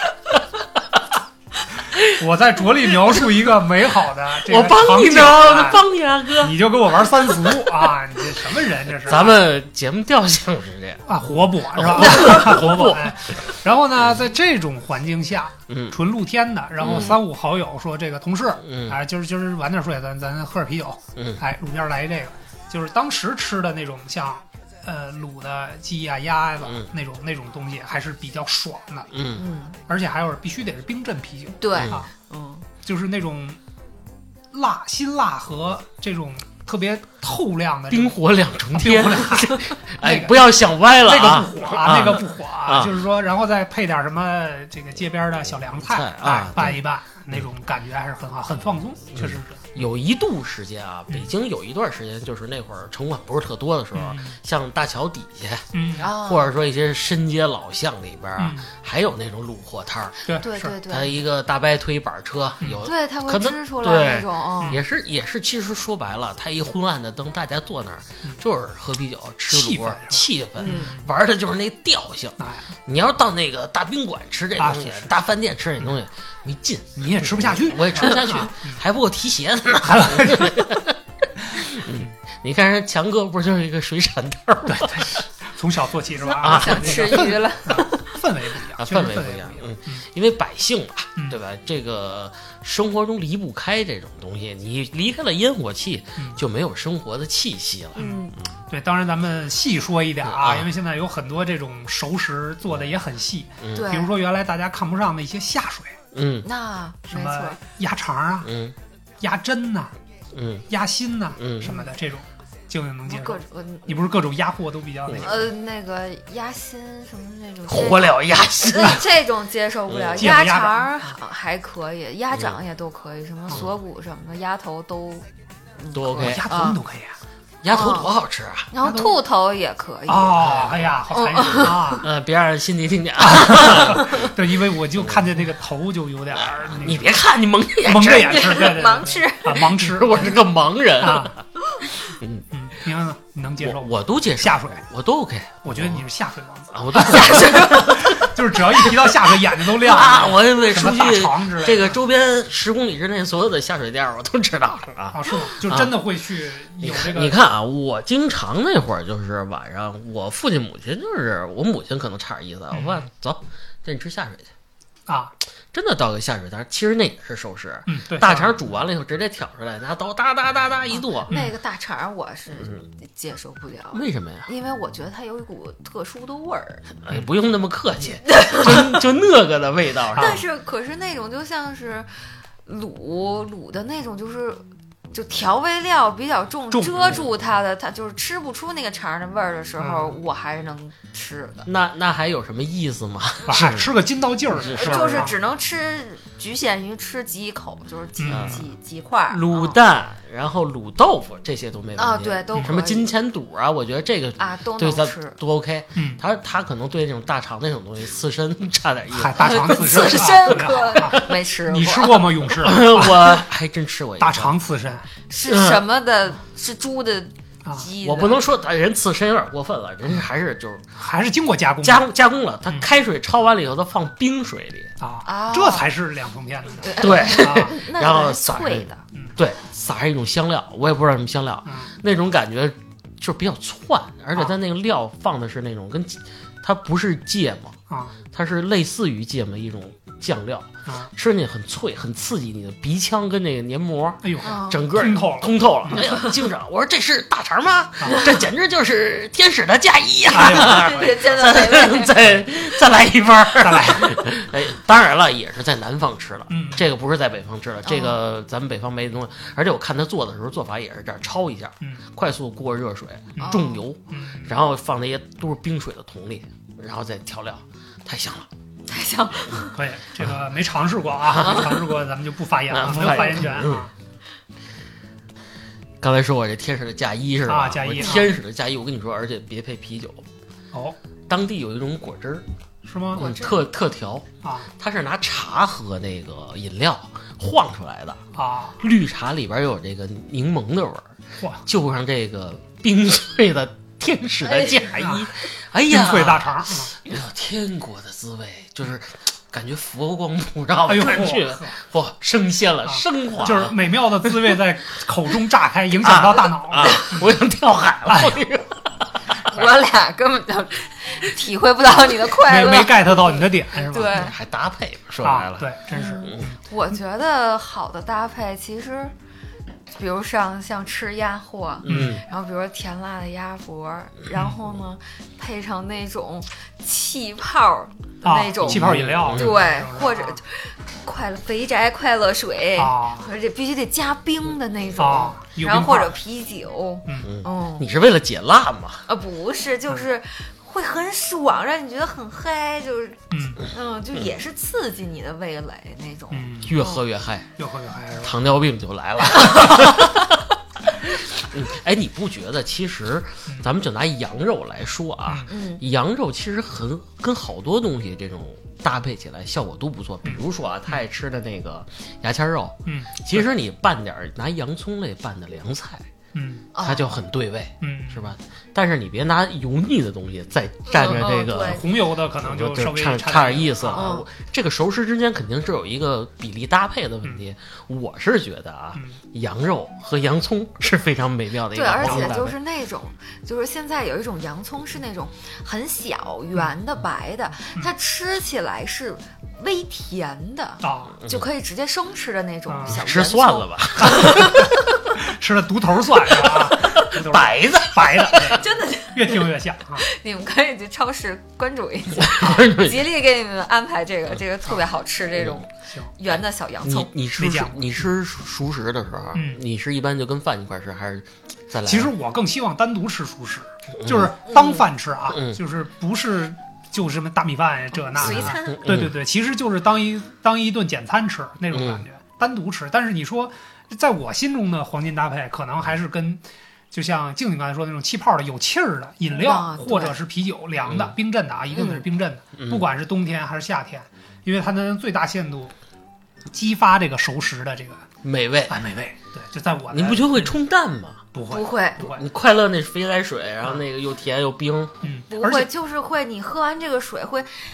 我在着力描述一个美好的这个我帮你描，我帮你啊哥， 你就跟我玩三俗啊！你这什么人这是？ 咱们节目调性是这样啊，活泼是吧？活泼。哎，然后呢，在这种环境下， 嗯， 纯露天的，然后三五好友说这个同事， 嗯， 哎，今儿今儿晚点睡，咱咱喝点啤酒， 嗯， 哎，路边来这个，就是当时吃的那种像。呃，卤的鸡呀、鸭子、 嗯、 那种那种东西还是比较爽的， 嗯嗯， 而且还有必须得是冰镇啤酒， 对啊， 嗯， 就是那种辣辛辣和这种特别透亮的冰火两重天，哎， 那个、 不要想歪了啊， 那个不火啊，那个不火啊，啊就是说，然后再配点什么这个街边的小凉菜啊， 哎，拌一拌，那种感觉还是很好，很放松，确实是。 有一度时间啊，北京有一段时间，就是那会儿城管不是特多的时候， 嗯、 像大桥底下， 嗯， 或者说一些深街老巷里边啊， 嗯、 还有那种卤货摊儿。 对对对对， 他一个大白推板车，有对，他会支出来那种， 嗯、也是也是，其实说白了，他一昏暗的灯，大家坐那儿就是喝啤酒、吃卤，气氛， 嗯、 玩的就是那调性。 哎、 你要到那个大宾馆吃这东西， 啊、 大饭店吃这东西。没劲， 你也吃不下去， 我也吃不下去，还不给我提鞋呢。嗯，你看人强哥不是就是一个水产摊儿？ 对对，从小做起是吧？ 啊，想吃鱼了， 氛围不一样， 啊，氛围不一样。嗯，因为百姓吧，对吧？这个生活中离不开这种东西，你离开了烟火气，就没有生活的气息了。 嗯， 对，当然咱们细说一点啊，因为现在有很多这种熟食做的也很细， 对， 比如说原来大家看不上的一些下水。 嗯， 那什么鸭肠啊， 嗯， 鸭胗呐， 嗯， 鸭心呐， 嗯， 什么的这种，究竟能接受？你你不是各种鸭货都比较那个？ 呃，那个鸭心什么那种， 火燎鸭心， 这种接受不了。 嗯、 鸭肠还可以，鸭掌也都可以，什么锁骨什么的，鸭头都都 OK， 鸭头都可以啊。 鸭头多好吃啊！ 然后兔头也可以哦，哎呀，好残忍啊！ 呃，别让人心里听见啊。 对，因为我就看见那个头就有点儿， 你别看，你蒙着眼蒙着眼吃，对对， 盲吃啊，盲吃， 我是个盲人啊。嗯嗯，你看呢？你能接受？ 我都接受， 下水我都 OK。 我觉得你是下水王子啊，我都下水。 就是只要一提到下水，眼睛都亮了啊！我以为什么大肠之类的， 这个周边十公里之内所有的下水店我都知道啊。 啊，是吗？就真的会去有这个？ 你看啊，我经常那会儿就是晚上，我父亲母亲就是我母亲可能差点意思，我问走，带你吃下水去啊。 真的倒个下水摊，其实那也是熟食。 嗯，对， 大肠煮完了以后直接挑出来，拿刀哒哒哒哒一剁。 那个大肠我是接受不了， 为什么呀？ 因为我觉得它有一股特殊的味儿。 哎，不用那么客气，就就那个的味道。 但是可是那种就像是卤卤的那种，就是就调味料比较重， 重遮住它的，它就是吃不出那个肠的味儿的时候， 嗯、 我还是能吃的。 那那还有什么意思吗？ 是吃个筋道劲儿， 是就是只能吃，局限于吃几口，就是几、嗯、几几块卤蛋，然后卤豆腐这些都没问题啊，对，都可以什么金钱肚啊，我觉得这个啊都对咱都 OK。 嗯， 他他可能对这种大肠那种东西刺身差点意思。 大肠刺身， 刺身可没吃过， 你吃过吗？勇士， 我还真吃过一个大肠刺身， 是什么的？嗯、是猪的。鸡我不能说人刺身有点过分了，人家还是就是还是经过加工， 加工加工了。他开水焯完了以后，他放冰水里啊，这才是两层片的。 对， 啊、 然后撒上的， 对，撒上一种香料，我也不知道什么香料， 嗯、 那种感觉就是比较窜，而且它那个料放的是那种跟它不是芥末啊， 它是类似于芥末一种酱料。 啊， 吃起很脆，很刺激你的鼻腔跟那个黏膜， 哎呦， 整个通透了， 通透了，哎呀，精神！我说这是大肠吗？啊、这简直就是天使的嫁衣呀！ 再再再来一份， 再来。 哎，当然了，也是在南方吃了， 嗯， 这个不是在北方吃的，这个咱们北方没东西。而且我看他做的时候做法也是这样，焯一下， 嗯， 快速过热水，重油， 嗯， 然后放那些都是冰水的桶里，然后再调料，太香了。 太香， 可以，这个没尝试过啊，没尝试过咱们就不发言了，没有发言权啊。 刚才说我这天使的嫁衣是吧？ 啊，嫁衣， 天使的嫁衣，我跟你说，而且别配啤酒。 哦， 当地有一种果汁儿， 是吗？ 嗯，特特调啊， 它是拿茶和那个饮料晃出来的啊， 绿茶里边有这个柠檬的味儿， 哇， 就上这个冰脆的。天使的嫁衣，哎呀， 冰脆大肠， 哎呀，天国的滋味，就是感觉佛光普照的感觉，不升仙了，升华了， 就是美妙的滋味在口中炸开，影响到大脑啊！我想跳海了， 我俩根本就体会不到你的快乐， 没没 get 到你的点是吧？ 对， 还搭配，说白了， 对，真是。 我觉得好的搭配其实。比如像像吃鸭货， 嗯， 然后比如说甜辣的鸭脖，然后呢配上那种气泡的那种、 啊、气泡饮料， 对，或者快乐肥宅快乐水， 啊， 而且必须得加冰的那种， 啊、 然后或者啤酒， 嗯嗯，你是为了解辣吗？ 啊，不是，就是会很爽，让你觉得很嗨，就是嗯嗯，就也是刺激你的味蕾那种， 嗯， 越喝越嗨， 越喝越嗨， 糖尿病就来了。嗯，哎，你不觉得其实咱们就拿羊肉来说啊， 嗯， 羊肉其实很跟好多东西这种搭配起来效果都不错。比如说啊，他爱吃的那个牙签肉， 嗯， 其实你拌点拿洋葱类拌的凉菜。 嗯， 它就很对味， 嗯， 是吧？但是你别拿油腻的东西再蘸着这个、 嗯、 红油的，可能就稍微差差点意思了、 嗯。 这个熟食之间肯定是有一个比例搭配的问题。嗯、我是觉得啊、 嗯， 羊肉和洋葱是非常美妙的一个搭配。 对，而且就是那种，就是现在有一种洋葱是那种很小圆的白的， 嗯、 它吃起来是微甜的啊， 就可以直接生吃的那种小圆葱。 吃蒜了吧？ 吃了独头蒜是吧？ 白的白的， 真的越听越像啊！ 你们可以去超市关注一下，极力给你们安排这个这个特别好吃这种圆的小洋葱。 你你吃你吃熟食的时候， 嗯， 你是一般就跟饭一块吃，还是再来？ 其实我更希望单独吃熟食，就是当饭吃啊， 嗯、 就是不是就什么大米饭这那随餐。 对对对，其实就是当一当一顿简餐吃那种感觉， 嗯、 单独吃。但是你说，在我心中的黄金搭配，可能还是跟。就像静静刚才说的那种气泡的有气儿的饮料， 啊、 或者是啤酒凉的、 嗯、 冰镇的啊，一定是冰镇的、 嗯， 不管是冬天还是夏天，因为它能最大限度激发这个熟食的这个美味， 哎，美味。对，就在我的你不就会冲淡吗？ 不会， 不会， 不会。 你快乐那肥来水，然后那个又甜又冰， 嗯， 不会，就是会。你喝完这个水会。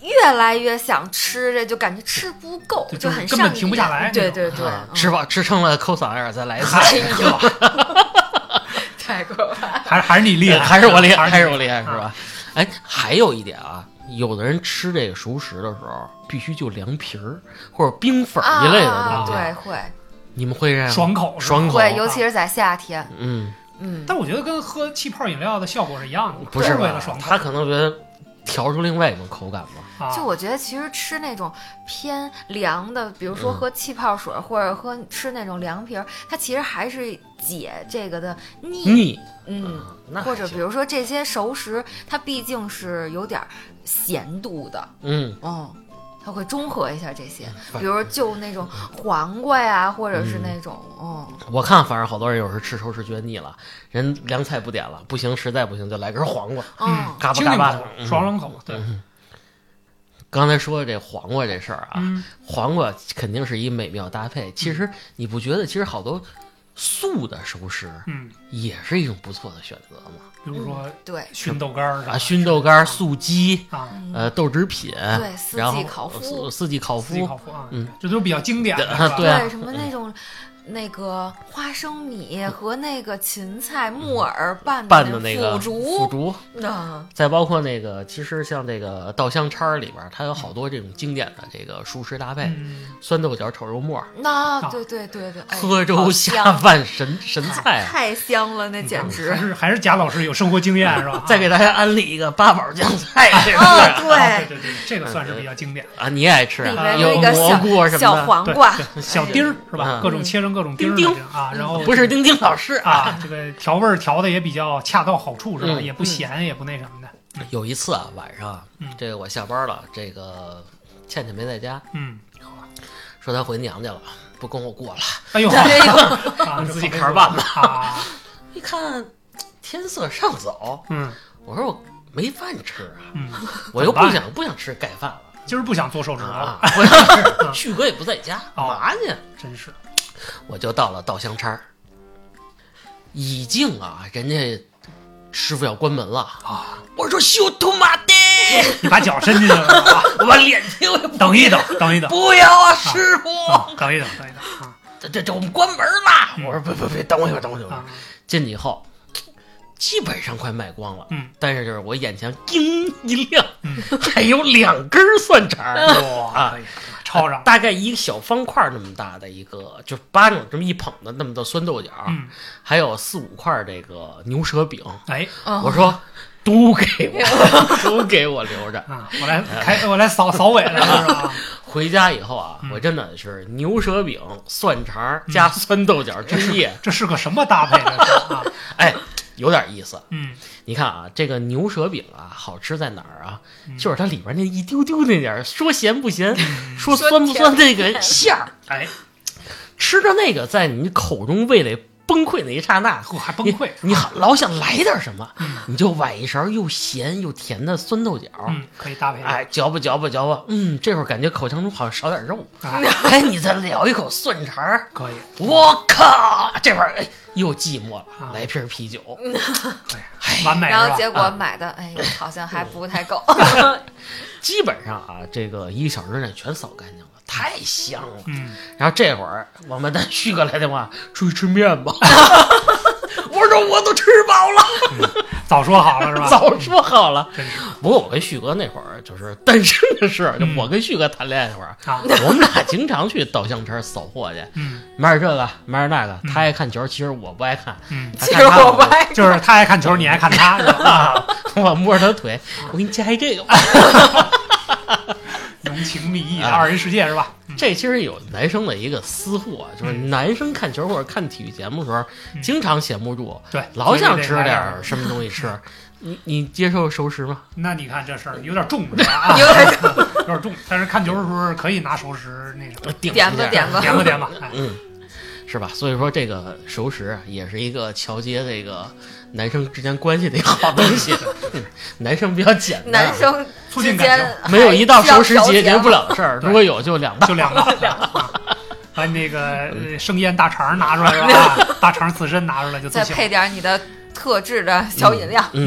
越来越想吃，这就感觉吃不够， 就就很根本上瘾停不下来对对对， 啊嗯吃饱吃撑了抠嗓眼再来一次。 哎呦，太可怕了。 还是还是你厉害， 还是我厉害，还是我厉厉害，是吧？哎，还有一点啊，有的人吃这个熟食的时候，必须就凉皮儿或者冰粉儿一类的啊东西。 对，会你们会这样吗？ 爽口， 爽口会，尤其是在夏天。 嗯， 嗯， 但我觉得跟喝气泡饮料的效果是一样的， 不是吧为了爽口。 他可能觉得调出另外一种口感吧。 啊， 就我觉得其实吃那种偏凉的，比如说喝气泡水、或者喝吃那种凉皮儿，它其实还是解这个的腻。 腻， 嗯， 那还行或者比如说这些熟食，它毕竟是有点咸度的， 嗯， 嗯，它会中和一下这些， 反比如就那种黄瓜呀，或者是那种，嗯， 我看反正好多人有时候吃熟食觉得腻了，人凉菜不点了，不行，实在不行就来根黄瓜， 嗯， 嘎巴嘎巴清清口， 嗯爽爽口，对， 刚才说这黄瓜这事儿啊， 嗯黄瓜肯定是一美妙搭配。其实你不觉得，其实好多素的熟食嗯， 也是一种不错的选择吗？ 比如说对， 熏豆干儿啊，熏豆干、素鸡， 啊， 呃，豆制品， 对，四然后季烤麸四，四季烤四季麸， 烤麸啊， 嗯， 这都是比较经典的， 对是吧对啊什么那种。那个花生米和那个芹菜、木耳拌拌的的那个腐腐竹， 竹， 啊， 再包括那个，其实像这个稻香叉儿里边，它有好多这种经典的这个熟食搭配， 嗯， 酸豆角炒肉末， 那对对对对，哎喝粥好下香饭神神菜啊！ 太香了，那简直还是还是贾老师有生活经验是吧？ 再给大家安利一个八宝酱菜，这个啊， 啊对对， 对对，这个算是比较经典。 啊，你也爱吃里啊？ 面有蘑那个小小菇什么的， 对黄瓜， 对小丁儿是吧？ 嗯各种切成各种丁儿的丁这种啊，然后不是丁丁老师啊，这个调味儿调的也比较恰到好处是吧？ 嗯也不咸也不那什么的。 有一次啊，晚上啊嗯这个我下班了，这个倩倩没在家， 嗯， 说她回娘家了，不跟我过了。 哎呦， 哎呦， 啊， 自己看着办吧啊。 一看天色尚早， 嗯我说我没饭吃啊， 嗯， 我又不怎么办想不想吃盖饭了今儿不想做寿司啊了，， 我想吃旭哥也不在家，干嘛去？ 真是。 我就到了稻香叉儿，已经啊，人家师傅要关门了啊！ 我说修他妈的， 你把脚伸进去了是吧？ 我把脸贴我也不等一等，等一等， 不要啊，师傅， 啊等一等，等一等啊这这这我们关门了。 嗯我说不不不，等我一会儿，等我一会儿啊。！ 进去以后，基本上快卖光了， 嗯， 但是就是我眼前叮一亮， 嗯还有两根蒜肠儿。 哇，可以抄上。 大概一个小方块那么大的一个，就巴掌这么一捧的那么的酸豆角， 嗯， 还有四五块这个牛舌饼。 哎我说都给我，都给我留着。 啊，我来开，我来扫扫尾来了是吧？ 回家以后啊， 嗯我真的是牛舌饼、蒜肠加酸豆角汁液， 这是个什么搭配这是啊？ 哎，有点意思。 嗯， 你看啊，这个牛舌饼啊，好吃在哪儿啊？ 嗯就是它里边那一丢丢那点儿，说咸不咸， 嗯说酸不酸那个馅儿， 哎， 吃着那个在你口中味蕾崩溃那一刹那， 嚯，还崩溃， 你好老想来点什么， 嗯你就崴一勺又咸又甜的酸豆角， 嗯，可以搭配。 哎，嚼吧嚼吧嚼吧，嗯，这会儿感觉口腔中好像少点肉， 啊， 哎，你再咬一口蒜肠儿， 可以。 我靠，这会儿哎又寂寞了， 啊来瓶啤酒， 哎，完美是吧？ 然后结果啊买的，哎，好像还不太够。 基本上啊，这个一个小时内全扫干净了，太香了。 嗯， 然后这会儿王八蛋旭哥来电话，出去吃面吧。我说我都吃饱了， 早说好了是吧？ 早说好了。 真是不过我跟旭哥那会儿就是单身的事儿，就嗯我跟旭哥谈恋爱那会儿， 啊， 我们俩经常去稻香车扫货去， 嗯买点这个买点那个。 嗯他爱看球，其实我不爱看。 嗯， 他其实看他我不爱看， 就是他爱看球，你爱看他是吧？ 啊，我摸着他腿，我给你加一这个吧。 浓情蜜意的啊二人世界是吧？ 这其实有男生的一个私货啊，就是男生看球或者看体育节目的时候， 嗯经常闲不住， 对， 老想吃点所以得来儿什么东西吃。你你接受熟食吗？ 那你看这事儿有点重是吧？啊， 有点有点重。但是看球的时候可以拿熟食那什么顶点一下吧点吧点吧点吧。哎， 嗯，是吧？所以说这个熟食啊也是一个桥接这个男生之间关系的一个好东西。嗯男生比较简单啊， 男生促之进感情间没有一道熟食还需要调节解决不了的事儿， 对如果有就两道。 就两个。啊把那个呃生腌大肠拿出来是吧？大肠刺身拿出来就再自行。 配点你的特制的小饮料。 嗯，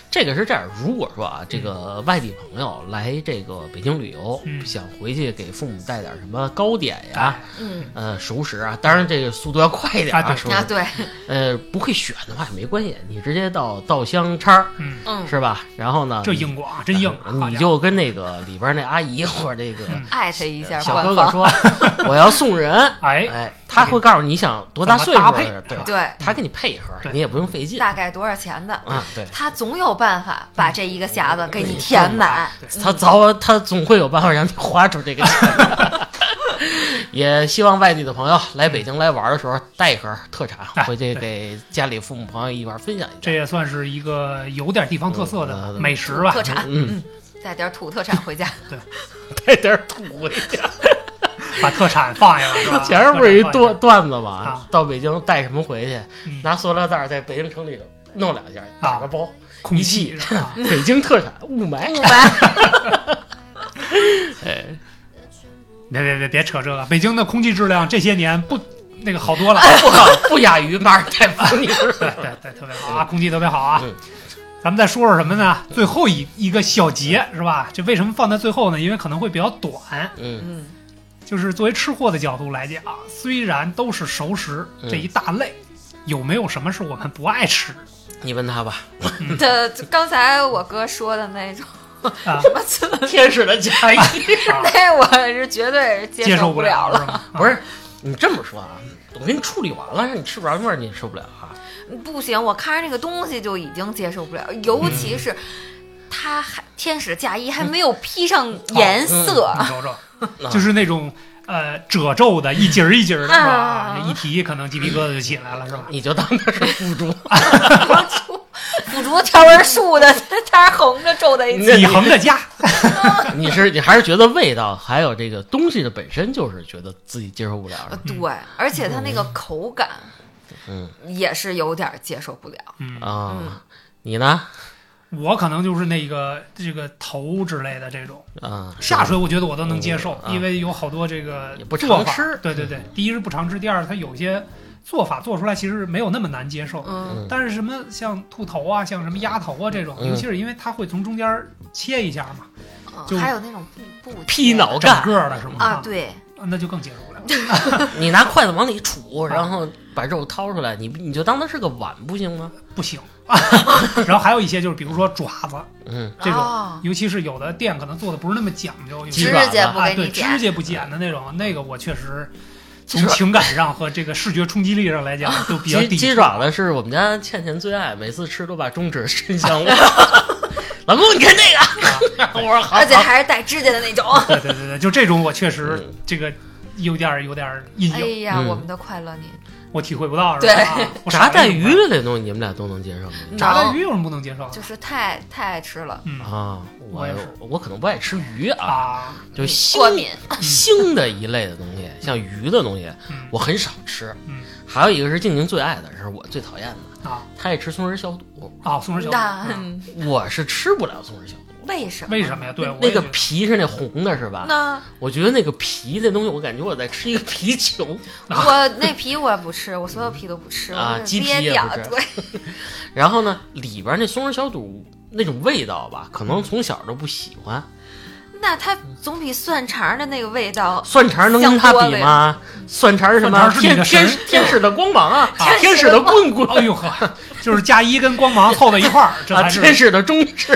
这个是这样，如果说啊，这个外地朋友来这个北京旅游， 嗯、 想回去给父母带点什么糕点呀， 嗯， 呃，熟食啊，当然这个速度要快一点啊， 啊对， 呃，不会选的话也没关系，你直接到稻香叉， 嗯嗯， 是吧？然后呢， 这硬广真硬， 呃、你就跟那个里边那阿姨或者这个艾特一下小哥哥说，我要送人， 哎哎，他会告诉你想多大岁数，对对， 他给你配一盒，你也不用费劲， 大概多少钱的啊？对， 他总有办法把这一个匣子给你填满， 他早他总会有办法让你花出这个钱。也希望外地的朋友来北京来玩的时候带一盒特产回去给家里父母朋友一块分享一下， 这也算是一个有点地方特色的美食吧， 特产，嗯，带点土特产回家， 对， 带点土回家。 把特产放下来是吧？ 前面不是一段段子吗？ 啊、 到北京带什么回去？ 嗯、 拿塑料袋在北京城里弄两下，打个包， 啊、空气是吧？北京特产雾霾。 雾霾。 哎， 别别别别扯这个！北京的空气质量这些年不那个好多了， 不好不亚于马尔代夫，你说对对对，特别好啊，空气特别好啊。 嗯咱们再说说什么呢？最后一一个小节是吧？这为什么放在最后呢？因为可能会比较短。 嗯嗯。 就是作为吃货的角度来讲，虽然都是熟食这一大类，嗯、有没有什么是我们不爱吃？ 你问他吧。 这刚才我哥说的那种、 啊、 什么天使的假意， 那我是绝对是接受不了了。 了不是，你这么说啊，我给你处理完了，让你吃不着面，你也受不了啊。 不行，我看着那个东西就已经接受不了，尤其是。嗯它还天使嫁衣还没有披上颜色， 哦嗯、瞅瞅，就是那种呃褶皱的，一节一节的，是吧？ 啊、 一提可能鸡皮疙瘩就起来了，是吧？ 你就当它是腐竹， 腐竹条纹竖的，它是横着皱在一起， 你横着加。 你是你还是觉得味道还有这个东西的本身就是觉得自己接受不了， 呃、对，而且它那个口感， 嗯， 也是有点接受不了。 嗯啊， 嗯你呢？ 我可能就是那个这个头之类的这种啊， 下水我觉得我都能接受， 嗯、 因为有好多这个也不常吃。 对对对，第一是不常吃，第二它有些做法做出来其实没有那么难接受。 嗯， 但是什么像兔头啊，像什么鸭头啊这种， 嗯、 尤其是因为它会从中间切一下嘛， 嗯、 就还有那种不不劈脑干整个的是吗？ 啊，对， 那就更接受不了。 你拿筷子往里杵，然后把肉掏出来，你你就当它是个碗，不行吗？ 不行。然后还有一些就是比如说爪子， 嗯， 这种、 哦、 尤其是有的店可能做的不是那么讲究， 指甲不给你剪，对，指甲不剪的那种，那个我确实从情感上和这个视觉冲击力上来讲都比较低。 鸡爪子是我们家倩倩最爱，每次吃都把中指伸向我。老公，你看这个，啊、我说好， 而且还是带指甲的那种。 对对对对，就这种我确实、嗯、这个有点有点阴影。 哎呀， 嗯、 我们的快乐你。 我体会不到，是吧？ 对， 炸带鱼的那东西，你们俩都能接受吗？ 炸带鱼有什么不能接受？ 就是太太爱吃了。 嗯啊， 我也是， 我可能不爱吃鱼啊， 啊就腥过敏腥的一类的东西，像鱼的东西，我很少吃。 嗯， 还有一个是静静最爱的，是我最讨厌的啊， 她爱吃松仁小肚啊，松仁小肚， 我是吃不了松仁小肚。 为什么？ 为什么呀？对， 那个皮是那红的，是吧？ 那我觉得那个皮那东西，我感觉我在吃一个皮球。 我那皮我也不吃，我所有皮都不吃啊，鸡皮也不吃。 对。 然后呢，里边那松仁小肚那种味道吧，可能从小都不喜欢。 那它总比蒜肠的那个味道， 蒜肠能跟它比吗？蒜肠是什么？天天天使的光芒啊，天使的棍棍。 哎呦呵，就是嫁衣跟光芒凑在一块儿，这才是天使的中指。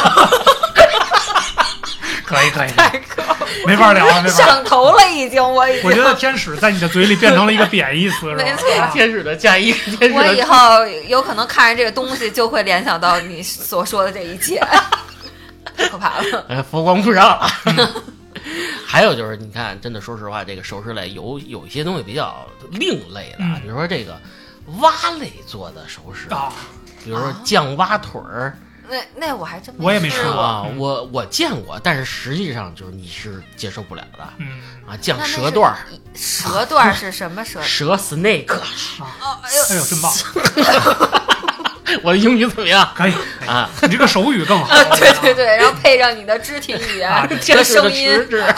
可以可以， 太可没法聊了，没法上头了已经，我已经。 我觉得天使在你的嘴里变成了一个贬义词，是吧？ 没错， 天使的嫁衣，天使的。 我以后有可能看着这个东西，就会联想到你所说的这一切，太可怕了。 哎，佛光普照。还有就是，你看，真的说实话，这个熟食类有有一些东西比较另类的， 嗯、 比如说这个蛙类做的熟食啊， 比如说酱蛙腿儿。 那那我还真我也没吃过啊，我我见过，但是实际上就是你是接受不了的。 嗯啊，酱蛇段儿， 蛇段儿是什么蛇？ 蛇 snake 啊！哎呦，真棒！ 我的英语怎么样？ 可以啊， 你这个手语更好。 啊，对对对，然后配上你的肢体语言和声音。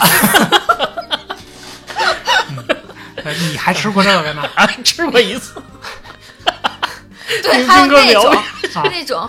你还吃过这个呢？ 啊，吃过一次。 对，还有那种那种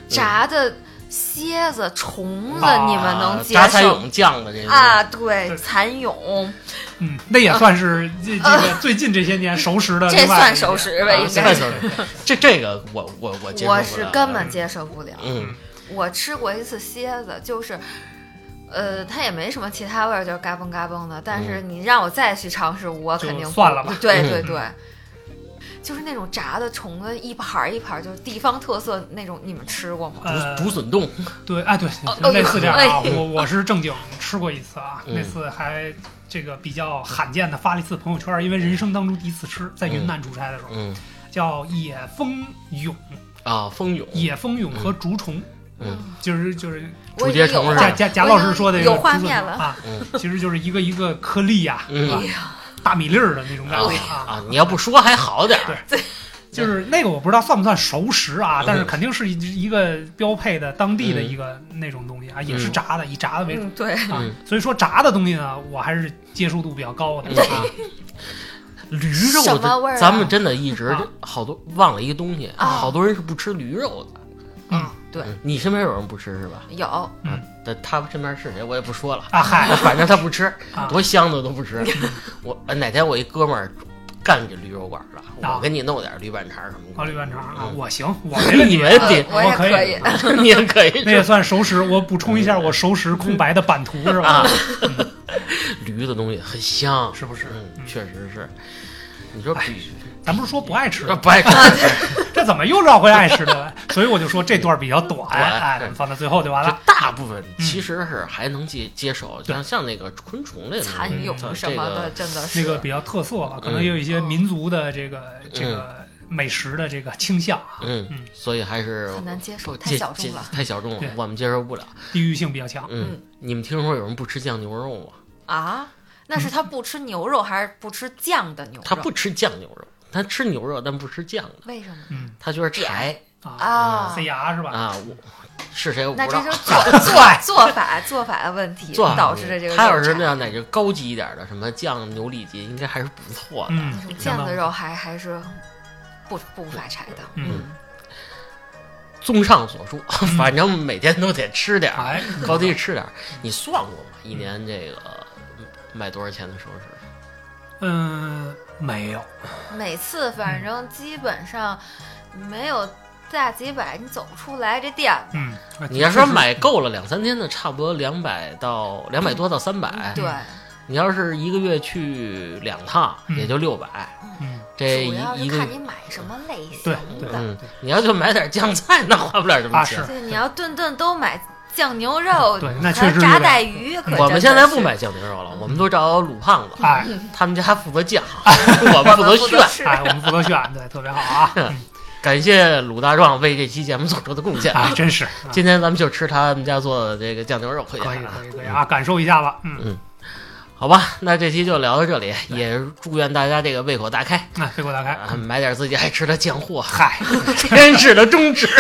炸的蝎子、虫子， 啊你们能接炸蚕受蛹酱的这个啊？对， 对蚕蛹， 嗯，那也算是这这个最近这些年熟食的这另外一件， 算熟食吧？ 啊应该是。 算熟食这这个我我我接受不了我是根本接受不了。 嗯我吃过一次蝎子，就是，呃，它也没什么其他味儿，就是嘎嘣嘎嘣的。但是你让我再去尝试，我肯定不就算了吧嗯对对对，就是那种炸的虫子，一盘儿一盘儿，就是地方特色那种，你们吃过吗？ 呃， 竹笋冻， 对，哎，对， 哦类似这样啊， 哎我我是正经吃过一次啊， 嗯那次还这个比较罕见的发了一次朋友圈，因为人生当中第一次吃，在云南出差的时候， 嗯叫野蜂蛹， 啊，蜂蛹， 野蜂蛹和竹虫， 嗯就是就是我已竹节经有画虫是吧贾贾贾老师说的这个有画竹笋面了。 啊， 嗯其实就是一个一个颗粒呀， 嗯是吧哎呀， 大米粒儿的那种感觉啊。 啊，你要不说还好点儿， 对就是那个我不知道算不算熟食啊， 嗯但是肯定是一一个标配的当地的一个那种东西啊，也是炸的，以炸的为主嗯，对， 啊嗯。 所以说炸的东西呢，我还是接受度比较高的啊。 驴肉什么味儿啊咱们真的一直啊好多忘了一个东西， 啊好多人是不吃驴肉的。 嗯对， 嗯你身边有人不吃是吧？ 有嗯但他身边是谁我也不说了啊嗨反正他不吃， 啊多香的都不吃。我呃哪天我一哥们儿干这驴肉馆了， 啊我给你弄点驴板肠什么的。 高丽灌肠啊， 嗯我行，我没问题。 你没问题呃，我也我可以以。 你也可以那也算熟食。我补充一下，我熟食空白的版图是吧？ 啊。驴的东西很香， 是不是？ 嗯， 嗯确实是。你说比咱不是说不爱吃呃，不爱吃， 这怎么又绕回爱吃的了？所以我就说这段比较短， 短哎， 对放到最后就完就了。 大部分嗯其实是还能接接受， 对像像那个昆虫类的蚕蛹嗯什么的，真的是那个比较特色了，可能也有一些民族的这个这个美食的这个倾向啊， 嗯嗯， 所以还是很难接受， 不太小众了接太小众了对， 我们接受不了。 地域性比较强。 嗯，你们听说有人不吃酱牛肉吗？ 啊！那是他不吃牛肉，还是不吃酱的牛肉？ 他不吃酱牛肉，他吃牛肉但不吃酱的， 为什么嗯他觉得柴啊， 啊？ 塞牙是吧？ 啊。我是谁我不那知道这是。做做做法做法的问题做导致的这个肉柴。 他要是那样哪个高级一点的，什么酱牛里脊，应该还是不错的。 嗯那种，酱的肉还还是不不发柴的。 嗯， 综上所述，反正每天都得吃点儿， 哎， 高低吃点儿。你算过吗？一年这个卖多少钱的熟食？ 嗯，没有， 每次反正基本上没有大几百，你走不出来这店。 嗯， 你要说买够了两三天的，差不多两百到两百多到三百。 对， 你要是一个月去两趟， 嗯也就六百。 嗯， 这主要一一个是看你买什么类型对的。 对嗯，你要就买点酱菜，那花不了什么钱。 啊是对，你要顿顿都买酱牛肉， 对那和炸确实有点带鱼，可我们真的是现在不买酱牛肉了，我们都找鲁胖子， 哎他们家负责酱，我们负责炫。 是哎，我们负责选，对，特别好啊，嗯感谢鲁大壮为这期节目做出的贡献哎， 啊！ 真是，啊今天咱们就吃他们家做的这个酱牛肉，回家可以啊可以可以啊，感受一下子，嗯， 好吧，那这期就聊到这里，也祝愿大家这个胃口大开哎，飞过打开， 啊，买点自己爱吃的酱货， 嗨， 天使的宗旨。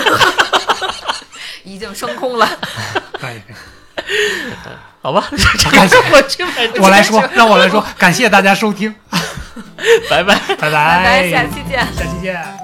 已经升空了。 可以，可以好吧， 感谢我去买， 我来说，让我来说，感谢大家收听， 拜拜。 拜拜拜，下期见。 下期见。